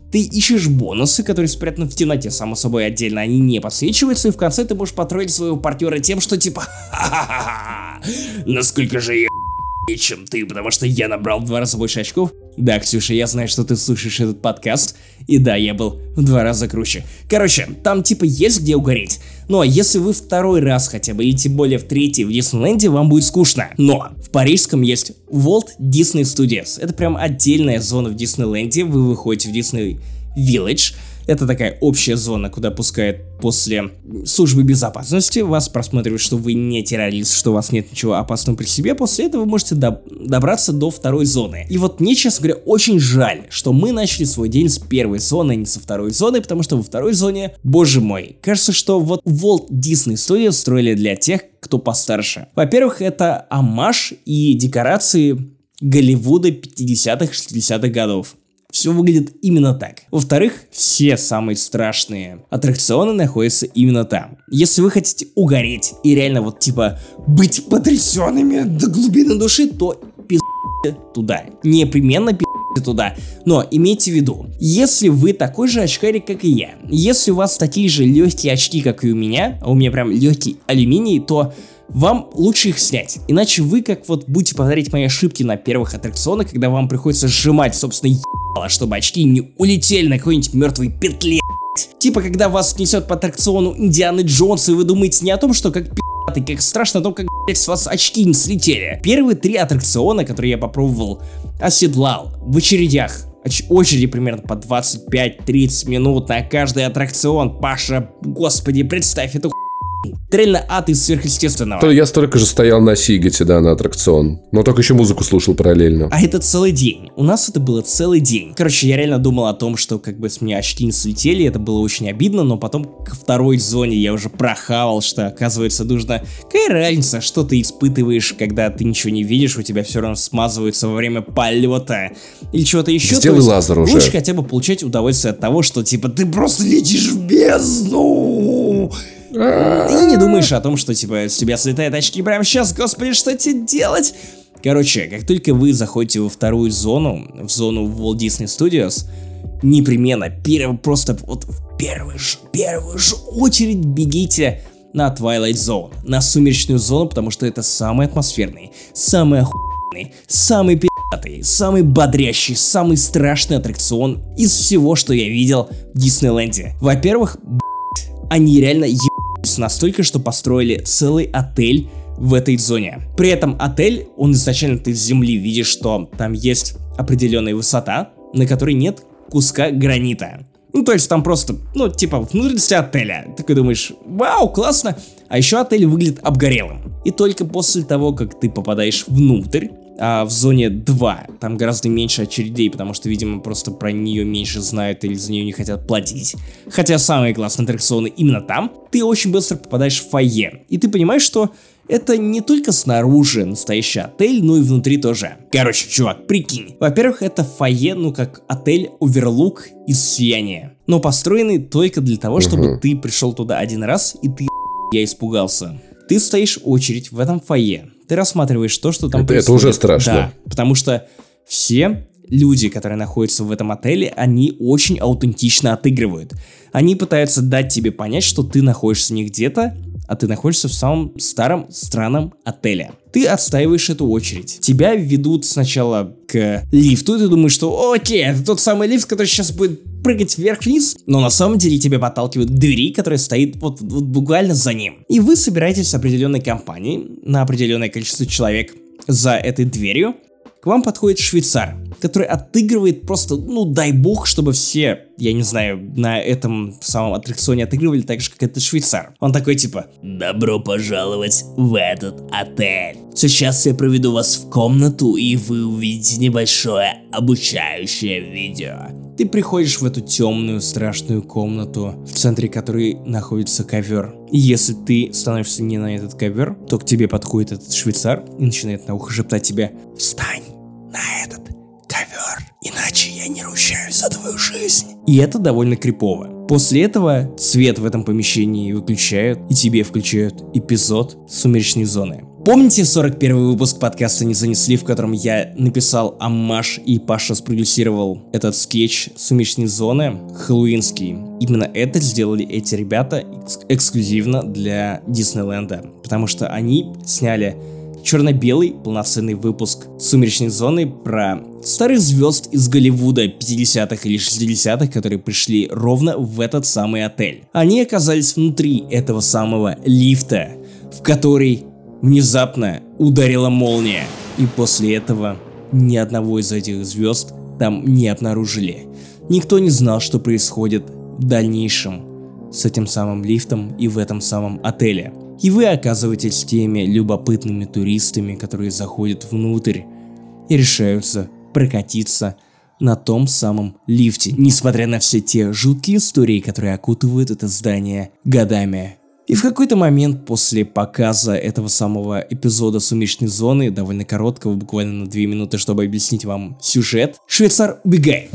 ты ищешь бонусы, которые спрятаны в темноте, само собой, отдельно они не подсвечиваются, и в конце ты можешь потроллить своего партнера тем, что типа ха-ха-ха, насколько же я чем ты, потому что я набрал в два раза больше очков. Да, Ксюша, я знаю, что ты слушаешь этот подкаст, и да, я был в два раза круче. Короче, там типа есть где угореть, но если вы второй раз хотя бы, или тем более в третий в Диснейленде, вам будет скучно. Но в парижском есть Walt Disney Studios, это прям отдельная зона в Диснейленде, вы выходите в Disney Village. Это такая общая зона, куда пускают после службы безопасности. Вас просматривают, что вы не террорист, что у вас нет ничего опасного при себе. После этого вы можете до- добраться до второй зоны. И вот мне, честно говоря, очень жаль, что мы начали свой день с первой зоны, а не со второй зоны, потому что во второй зоне, боже мой, кажется, что вот Walt Disney Studios строили для тех, кто постарше. Во-первых, это оммаж и декорации Голливуда пятидесятых, шестидесятых годов. Все выглядит именно так. Во-вторых, все самые страшные аттракционы находятся именно там. Если вы хотите угореть и реально вот типа быть потрясенными до глубины души, то пи***те туда. Непременно пи***те туда. Но имейте в виду, если вы такой же очкарик, как и я, если у вас такие же легкие очки, как и у меня, а у меня прям легкий алюминий, то вам лучше их снять, иначе вы как вот будете повторять мои ошибки на первых аттракционах, когда вам приходится сжимать, собственно, ебало, чтобы очки не улетели на какой-нибудь мертвой петле. Типа, когда вас несет по аттракциону Индианы Джонс, и вы думаете не о том, что как пи***ты, как страшно, а о том, как, блядь, с вас очки не слетели. Первые три аттракциона, которые я попробовал, оседлал в очередях. Очереди примерно по двадцать пять-тридцать минут на каждый аттракцион. Паша, господи, представь эту хуйню. Это реально ад из сверхъестественного. То я столько же стоял на Сигете, да, на аттракцион. Но только еще музыку слушал параллельно. А это целый день. У нас это было целый день. Короче, я реально думал о том, что как бы с меня очки не слетели. Это было очень обидно, но потом ко второй зоне я уже прохавал, что оказывается нужно... Какая разница, что ты испытываешь, когда ты ничего не видишь, у тебя все равно смазывается во время полета. Или чего-то еще. Сделай лазер уже. Лучше хотя бы получать удовольствие от того, что типа ты просто летишь в бездну. И не думаешь о том, что типа с тебя слетают очки прямо сейчас, господи, что тебе делать? Короче, как только вы заходите во вторую зону, в зону Walt Disney Studios, непременно, перв, просто вот в первую же, первую же очередь бегите на Twilight Zone, на сумеречную зону, потому что это самый атмосферный, самый охуенный, самый пи***тый, самый бодрящий, самый страшный аттракцион из всего, что я видел в Диснейленде. Во-первых, б***ь, они реально ебались настолько, что построили целый отель в этой зоне. При этом отель, он изначально ты с земли видишь, что там есть определенная высота, на которой нет куска гранита. Ну, то есть там просто, ну, типа, внутренности отеля. Ты такой думаешь, вау, классно. А еще отель выглядит обгорелым. И только после того, как ты попадаешь внутрь, а в зоне два там гораздо меньше очередей, потому что, видимо, просто про нее меньше знают или за нее не хотят платить. Хотя самые классные аттракционы именно там, ты очень быстро попадаешь в фойе. И ты понимаешь, что это не только снаружи настоящий отель, но и внутри тоже. Короче, чувак, прикинь. Во-первых, это фойе, ну как отель Оверлук из Сияния. Но построенный только для того, чтобы угу. ты пришел туда один раз, и ты, я испугался. Ты стоишь в очередь в этом фойе. Ты рассматриваешь то, что там это, происходит. Это уже страшно. Да, потому что все люди, которые находятся в этом отеле, они очень аутентично отыгрывают. Они пытаются дать тебе понять, что ты находишься не где-то, а ты находишься в самом старом странном отеле. Ты отстаиваешь эту очередь. Тебя ведут сначала к лифту, и ты думаешь, что окей, это тот самый лифт, который сейчас будет прыгать вверх-вниз, но на самом деле тебя подталкивают к двери, которая стоит вот, вот буквально за ним. И вы собираетесь с определенной компанией на определенное количество человек за этой дверью. К вам подходит швейцар, который отыгрывает просто, ну дай бог, чтобы все, я не знаю, на этом самом аттракционе отыгрывали так же, как этот швейцар. Он такой типа: «Добро пожаловать в этот отель. Сейчас я проведу вас в комнату, и вы увидите небольшое обучающее видео». Ты приходишь в эту темную, страшную комнату, в центре которой находится ковер. И если ты становишься не на этот ковер, то к тебе подходит этот швейцар и начинает на ухо шептать тебе: «Встань на этот ковер, иначе я не ручаюсь за твою жизнь». И это довольно крипово. После этого свет в этом помещении выключают, и тебе включают эпизод «Сумеречной зоны». Помните сорок первый выпуск подкаста «Не занесли», в котором я написал оммаж и Паша спродюсировал этот скетч «Сумеречной зоны» хэллоуинский? Именно это сделали эти ребята экск- эксклюзивно для Диснейленда, потому что они сняли черно-белый полноценный выпуск «Сумеречной зоны» про старых звезд из Голливуда пятидесятых или шестидесятых, которые пришли ровно в этот самый отель. Они оказались внутри этого самого лифта, в который внезапно ударила молния, и после этого ни одного из этих звезд там не обнаружили. Никто не знал, что происходит в дальнейшем с этим самым лифтом и в этом самом отеле. И вы оказываетесь теми любопытными туристами, которые заходят внутрь и решаются прокатиться на том самом лифте, несмотря на все те жуткие истории, которые окутывают это здание годами. И в какой-то момент после показа этого самого эпизода «Сумеречной зоны», довольно короткого, буквально на две минуты, чтобы объяснить вам сюжет, швейцар убегает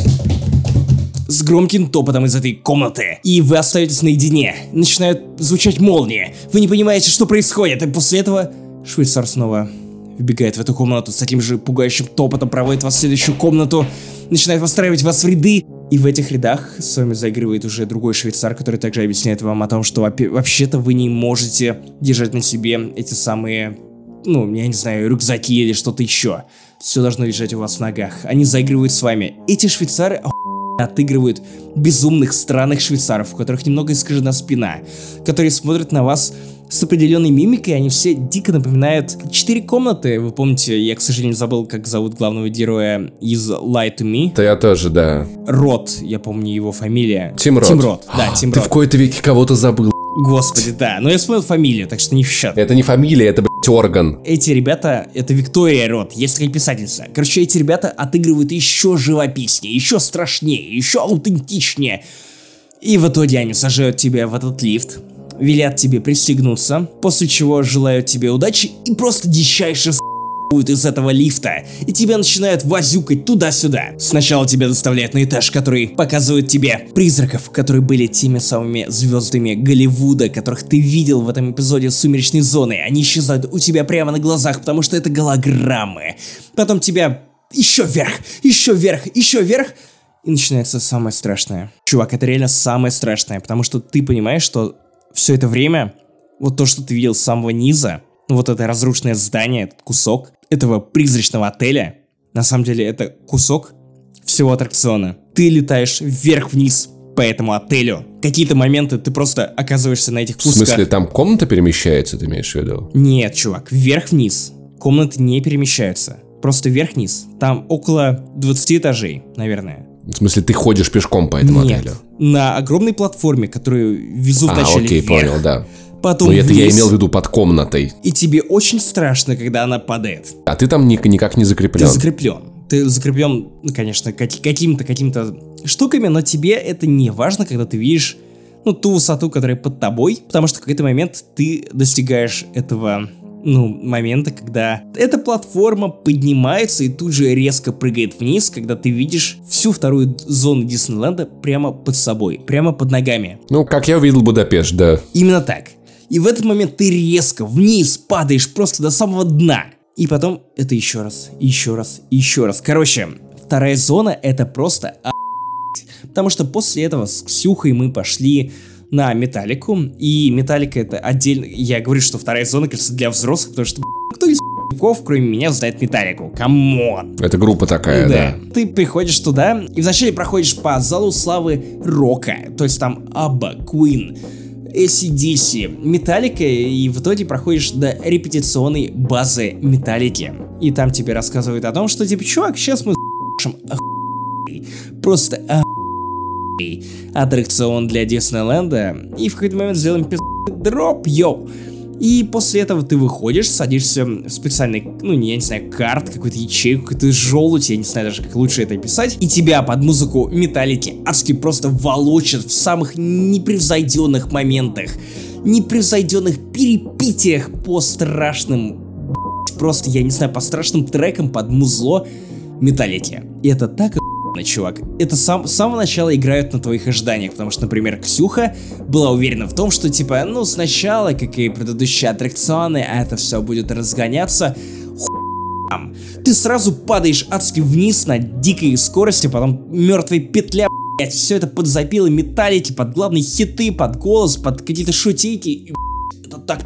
с громким топотом из этой комнаты, и вы остаетесь наедине. Начинают звучать молнии, вы не понимаете, что происходит, и после этого швейцар снова вбегает в эту комнату с таким же пугающим топотом, проводит вас в следующую комнату, начинает выстраивать вас в ряды. И в этих рядах с вами заигрывает уже другой швейцар, который также объясняет вам о том, что вообще-то вы не можете держать на себе эти самые, ну, я не знаю, рюкзаки или что-то еще. Все должно лежать у вас в ногах. Они заигрывают с вами. Эти швейцары охуенно отыгрывают безумных странных швейцаров, у которых немного искажена спина, которые смотрят на вас с определенной мимикой, они все дико напоминают четыре комнаты. Вы помните, я, к сожалению, забыл, как зовут главного героя из Lie to Me. Да я тоже, да. Рот, я помню его фамилия. Тим Рот. Тим Рот, да, Тим Ты Рот. в кои-то веке кого-то забыл. Господи, да, но я вспомнил фамилию, так что не в счет. Это не фамилия, это, блядь, орган. Эти ребята, это Виктория Рот, есть такая писательница. Короче, эти ребята отыгрывают еще живописнее, еще страшнее, еще аутентичнее. И в итоге они сажают тебя в этот лифт, велят тебе пристегнуться, после чего желают тебе удачи и просто дичайше с***ют из этого лифта, и тебя начинают возюкать туда-сюда. Сначала тебя доставляют на этаж, который показывает тебе призраков, которые были теми самыми звездами Голливуда, которых ты видел в этом эпизоде «Сумеречной зоны». Они исчезают у тебя прямо на глазах, потому что это голограммы. Потом тебя еще вверх, еще вверх, еще вверх. И начинается самое страшное. Чувак, это реально самое страшное, потому что ты понимаешь, что все это время, вот то, что ты видел с самого низа, вот это разрушенное здание, этот кусок этого призрачного отеля, на самом деле это кусок всего аттракциона. Ты летаешь вверх-вниз по этому отелю. Какие-то моменты ты просто оказываешься на этих кусках. В смысле, там комната перемещается, ты имеешь в виду? Нет, чувак, вверх-вниз. Комнаты не перемещаются. Просто вверх-вниз. Там около двадцати этажей, наверное. В смысле, ты ходишь пешком по этому Нет, отелю? на огромной платформе, которую везут А, вначале окей, вверх. понял, да. Потом Но это я вниз, имел в виду под комнатой. и тебе очень страшно, когда она падает. А ты там ни- никак не закреплен. Ты закреплен. Ты закреплен, ну, конечно, как- какими-то, какими-то штуками, но тебе это не важно, когда ты видишь, ну, ту высоту, которая под тобой, потому что в какой-то момент ты достигаешь этого, ну, момента, когда эта платформа поднимается и тут же резко прыгает вниз, когда ты видишь всю вторую зону Диснейленда прямо под собой, прямо под ногами. Ну, как я увидел Будапешт, да. Именно так. И в этот момент ты резко вниз падаешь просто до самого дна. И потом это еще раз, еще раз, еще раз. Короче, вторая зона это просто охуеть. Потому что после этого с Ксюхой мы пошли на Металлику. И Металлика это отдельно. Я говорю, что вторая зона, кажется, для взрослых, потому что кто из ***ков, кроме меня, знает Металлику. Камон. Это группа такая, да. Да. Ты приходишь туда и вначале проходишь по залу славы рока. То есть там Абба, Queen, эй си ди си, Металлика, и в итоге проходишь до репетиционной базы Металлики. И там тебе рассказывают о том, что типа, чувак, сейчас мы с***шим охуенный, просто охуенный аттракцион для Диснейленда, и в какой-то момент сделаем пиздец дроп, йоу. И после этого ты выходишь, садишься в специальный, ну, не, я не знаю, карт, какой-то ячейку, какой-то желудь, я не знаю даже, как лучше это описать. И тебя под музыку Металлики адски просто волочат в самых непревзойденных моментах, непревзойденных перепитиях по страшным, просто, я не знаю, по страшным трекам под музло Металлики. И это так охуенно. чувак. Это сам, с самого начала играют на твоих ожиданиях, потому что, например, Ксюха была уверена в том, что, типа, ну, сначала, как и предыдущие аттракционы, это все будет разгоняться. Хуям. Ты сразу падаешь адски вниз на дикой скорости, потом мертвая петля, блять, все это под запилы металлики, под главные хиты, под голос, под какие-то шутейки. И, это так...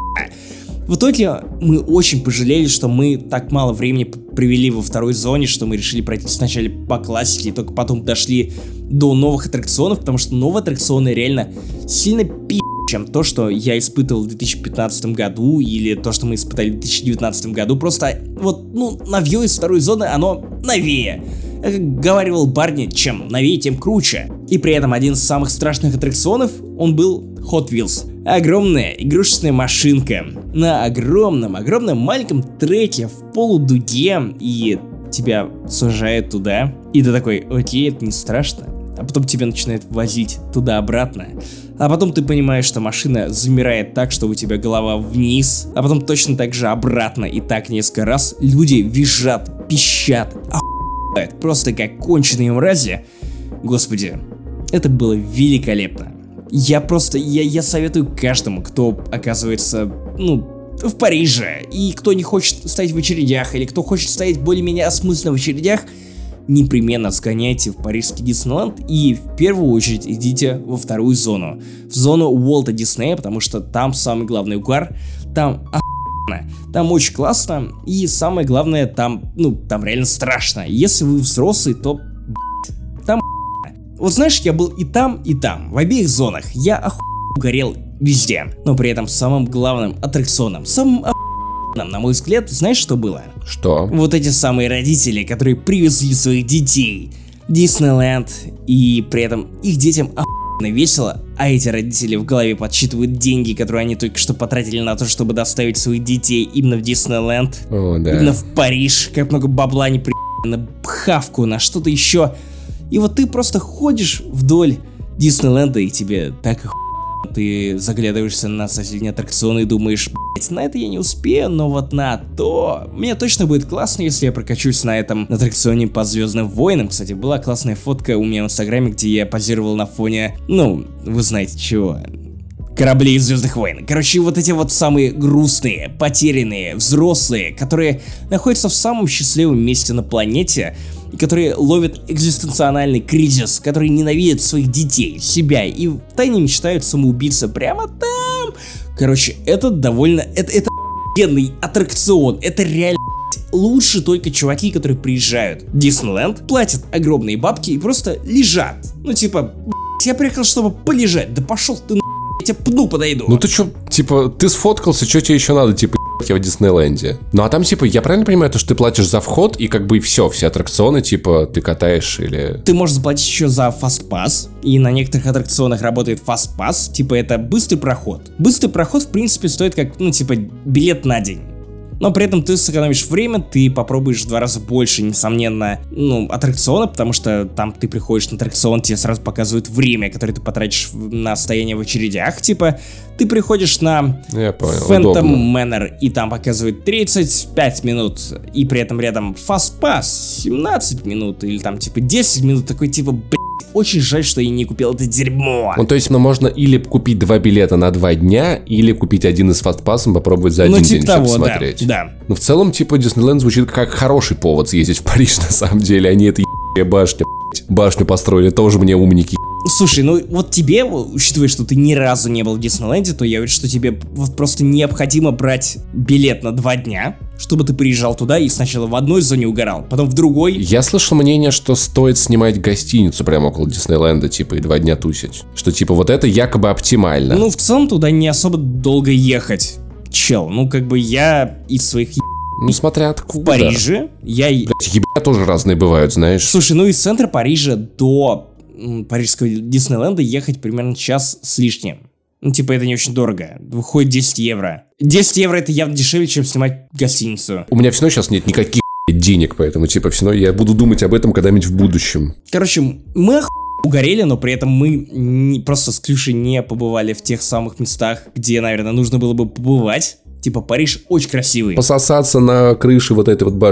В итоге мы очень пожалели, что мы так мало времени провели во второй зоне, что мы решили пройти сначала по классике и только потом дошли до новых аттракционов, потому что новые аттракционы реально сильно пи***, чем то, что я испытывал в две тысячи пятнадцатом году или то, что мы испытали в две тысячи девятнадцатом году. Просто вот, ну, новье из второй зоны, оно новее. Как говаривал Барни, чем новее, тем круче. И при этом один из самых страшных аттракционов, он был Hot Wheels. Огромная игрушечная машинка на огромном-огромном маленьком треке в полудуге, и тебя сажают туда, и ты такой: окей, это не страшно. А потом тебя начинают возить туда-обратно. А потом ты понимаешь, что машина замирает так, что у тебя голова вниз, а потом точно так же обратно, и так несколько раз. Люди визжат, пищат, охуевают, просто как конченые мрази. Господи, это было великолепно. Я просто, я, я советую каждому, кто оказывается, ну, в Париже, и кто не хочет стоять в очередях, или кто хочет стоять более-менее осмысленно в очередях, непременно сгоняйте в парижский Диснейленд и в первую очередь идите во вторую зону, в зону Уолта Диснея, потому что там самый главный угар, там охуенно, там очень классно, и самое главное, там, ну, там реально страшно. Если вы взрослый, то, блядь, там вот знаешь, я был и там, и там, в обеих зонах, я охуенно горел везде, но при этом самым главным аттракционом, самым охуенным, на мой взгляд, знаешь, что было? Что? Вот эти самые родители, которые привезли своих детей в Диснейленд, и при этом их детям охуенно весело, а эти родители в голове подсчитывают деньги, которые они только что потратили на то, чтобы доставить своих детей именно в Диснейленд, О, да. именно в Париж, как много бабла они при... на хавку, на что-то еще. И вот ты просто ходишь вдоль Диснейленда, и тебе так охуенно, ты заглядываешься на соседние аттракционы и думаешь: блять, на это я не успею, но вот на то... Мне точно будет классно, если я прокачусь на этом аттракционе по Звездным войнам. Кстати, была классная фотка у меня в инстаграме, где я позировал на фоне, ну, вы знаете чего... Корабли из Звездных войн. Короче, вот эти вот самые грустные, потерянные, взрослые, которые находятся в самом счастливом месте на планете, и которые ловят экзистенциональный кризис, которые ненавидят своих детей, себя и втайне мечтают самоубийца прямо там. Короче, это довольно... Это, это охуенный аттракцион. Это реально лучше только чуваки, которые приезжают в Диснейленд, платят огромные бабки и просто лежат. Ну типа, я приехал, чтобы полежать. Да пошел ты на... Я тебе пну подойду. Ну ты чё, типа, ты сфоткался, что тебе еще надо, типа, я в Диснейленде. Ну а там, типа, я правильно понимаю, то, что ты платишь за вход, и как бы и все, все аттракционы, типа, ты катаешь или... Ты можешь заплатить еще за фастпасс, и на некоторых аттракционах работает фастпасс, типа, это быстрый проход. Быстрый проход, в принципе, стоит как, ну, типа, билет на день. Но при этом ты сэкономишь время, ты попробуешь в два раза больше, несомненно, ну, аттракциона, потому что там ты приходишь на аттракцион, тебе сразу показывают время, которое ты потратишь на стояние в очередях, типа, ты приходишь на Phantom Manor, и там показывают тридцать пять минут, и при этом рядом Fast Pass семнадцать минут, или там, типа, десять минут, такой, типа, блядь, очень жаль, что я не купил это дерьмо. Ну, то есть, ну, можно или купить два билета на два дня, или купить один из фастпассом, попробовать за один ну, типа день, того, чтобы посмотреть. Да, да. Ну, в целом, типа, Диснейленд звучит как хороший повод съездить в Париж, на самом деле. Они это ебаная башня, башню построили, тоже мне умники. Слушай, ну вот тебе, учитывая, что ты ни разу не был в Диснейленде, то я уверен, что тебе вот просто необходимо брать билет на два дня, чтобы ты приезжал туда и сначала в одной зоне угорал, потом в другой. Я слышал мнение, что стоит снимать гостиницу прямо около Диснейленда, типа, и два дня тусить. Что, типа, вот это якобы оптимально. Ну, в целом туда не особо долго ехать, чел. Ну, как бы я из своих е... Ну, смотря откуда. В Париже я... Блять, ебя тоже разные бывают, знаешь. Слушай, ну из центра Парижа до парижского Диснейленда ехать примерно час с лишним. Ну, типа, это не очень дорого. Выходит десять евро. десять евро это явно дешевле, чем снимать гостиницу. У меня все равно сейчас нет никаких денег, поэтому, типа, все равно я буду думать об этом когда-нибудь в будущем. Короче, мы оху... угорели, но при этом мы не, просто с Ксюшей не побывали в тех самых местах, где, наверное, нужно было бы побывать. Типа, Париж очень красивый. Пососаться на крыше вот этой вот башни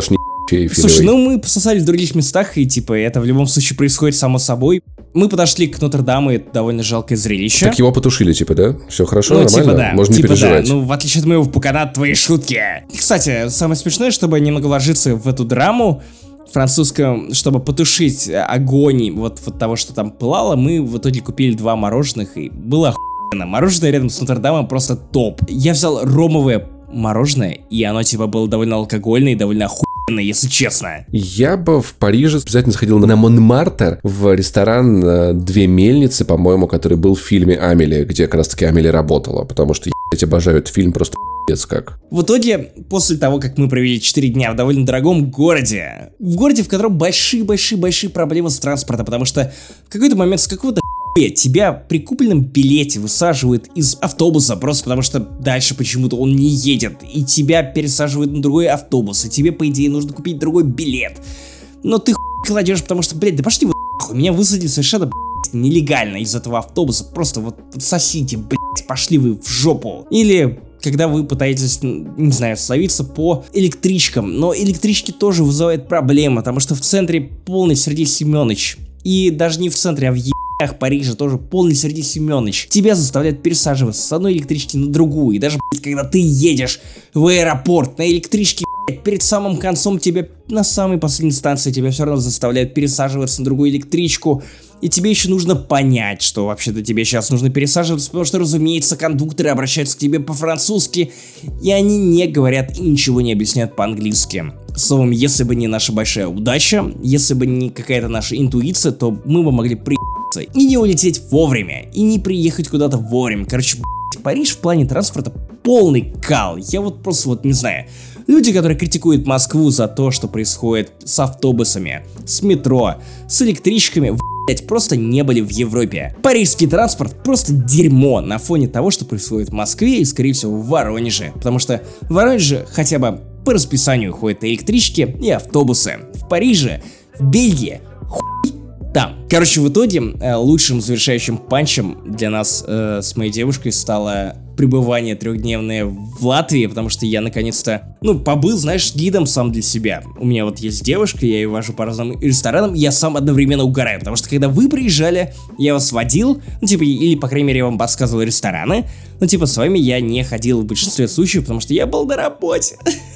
Слушай, ну мы пососали в других местах, и типа это в любом случае происходит само собой. Мы подошли к Нотр-Даму, и это довольно жалкое зрелище. Так его потушили, типа, да? Все хорошо, ну, нормально? Типа, да, можно типа, не переживать. Да. Ну, в отличие от моего пукана, твои шутки. Кстати, самое смешное, чтобы немного вложиться в эту драму французском, чтобы потушить огонь вот, вот того, что там пылало, мы в итоге купили два мороженых, и было охуенно. Мороженое рядом с Нотр-Дамом просто топ. Я взял ромовое мороженое, и оно типа было довольно алкогольное и довольно охуенно, если честно. Я бы в Париже обязательно сходил на Монмартр в ресторан «Две мельницы», по-моему, который был в фильме «Амели», где как раз-таки Амели работала, потому что я обожаю этот фильм просто пи***ц как. В итоге, после того, как мы провели четыре дня в довольно дорогом городе, в городе, в котором большие-большие-большие проблемы с транспортом, потому что в какой-то момент с какого-то тебя при купленном билете высаживают из автобуса просто потому, что дальше почему-то он не едет, и тебя пересаживают на другой автобус, и тебе, по идее, нужно купить другой билет. Но ты хуй кладешь, потому что, блядь, да пошли вы нахуй, меня высадили совершенно, блядь, нелегально из этого автобуса, просто вот сосите, блядь, пошли вы в жопу. Или когда вы пытаетесь, не знаю, словиться по электричкам, но электрички тоже вызывают проблемы, потому что в центре полный Сергей Семенович, и даже не в центре, а в е... Парижа тоже полный Сергей Семенович. Тебя заставляют пересаживаться с одной электрички на другую. И даже, блядь, когда ты едешь в аэропорт на электричке, блядь, перед самым концом тебя, на самой последней станции, тебя все равно заставляют пересаживаться на другую электричку. И тебе еще нужно понять, что вообще-то тебе сейчас нужно пересаживаться, потому что, разумеется, кондукторы обращаются к тебе по-французски, и они не говорят и ничего не объясняют по-английски. Словом, если бы не наша большая удача, если бы не какая-то наша интуиция, то мы бы могли приебаться и не улететь вовремя, и не приехать куда-то вовремя. Короче, блядь, Париж в плане транспорта полный кал. Я вот просто вот не знаю. Люди, которые критикуют Москву за то, что происходит с автобусами, с метро, с электричками, блять, просто не были в Европе. Парижский транспорт просто дерьмо на фоне того, что происходит в Москве и, скорее всего, в Воронеже. Потому что в Воронеже хотя бы по расписанию ходят электрички и автобусы. В Париже, в Бельгии, хуй там. Короче, в итоге э, лучшим завершающим панчем для нас э, с моей девушкой стало пребывание трехдневное в Латвии, потому что я наконец-то, ну, побыл, знаешь, гидом сам для себя. У меня вот есть девушка, я ее вожу по разным ресторанам, я сам одновременно угораю, потому что когда вы приезжали, я вас водил, ну, типа, или, по крайней мере, я вам подсказывал рестораны, ну, типа, с вами я не ходил в большинстве случаев, потому что я был на работе.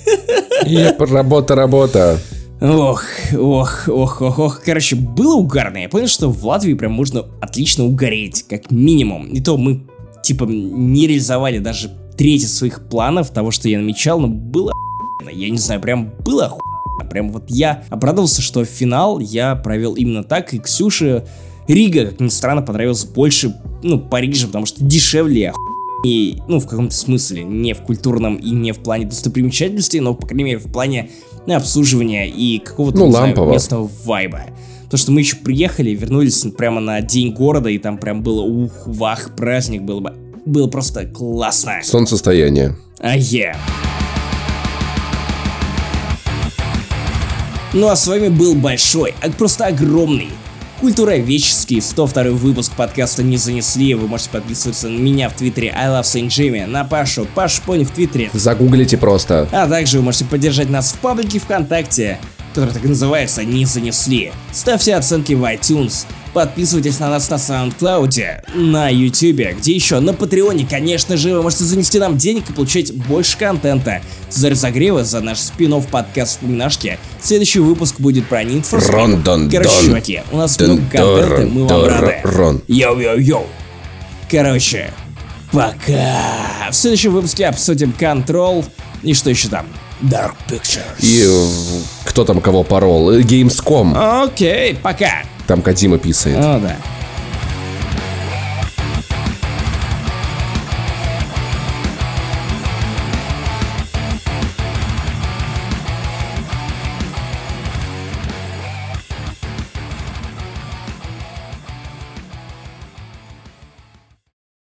Еп, работа, работа. Ох, ох, ох, ох, ох, короче, было угарно, я понял, что в Латвии прям можно отлично угореть, как минимум, и то мы, типа, не реализовали даже треть своих планов, того, что я намечал, но было охуенно, я не знаю, прям было охуенно, прям вот я обрадовался, что финал я провел именно так, и Ксюше Рига, как ни странно, понравилась больше, ну, Парижа, потому что дешевле, и, ну, в каком-то смысле, не в культурном и не в плане достопримечательностей, но, по крайней мере, в плане обслуживания и какого-то, ну, не знаю, местного вайба. То, что мы еще приехали, вернулись прямо на день города, и там прям было ух, вах, праздник, было бы, было просто классно. Солнцестояние. А я. Ну а с вами был большой, а просто огромный, культуроведческий сто второй выпуск подкаста «Не занесли». Вы можете подписываться на меня в твиттере I love Saint Jimmy, на Пашу, Паш Пони в твиттере. Загуглите просто. А также вы можете поддержать нас в паблике ВКонтакте, который так и называется «Не занесли». Ставьте оценки в iTunes, подписывайтесь на нас на SoundCloud, на YouTube, где еще, на Патреоне, конечно же, вы можете занести нам денег и получать больше контента. За разогревы, за наш спин-офф подкаст «Вспоминашки». Следующий выпуск будет про Need for Speed. Короче, чуваки, у нас много контента, мы вам рады. Йоу-йоу-йоу. Короче, пока. В следующем выпуске обсудим Control и что еще там. Dark Pictures. И кто там кого порол? Gamescom. Окей, пока. Там Кодзима писает. О, да.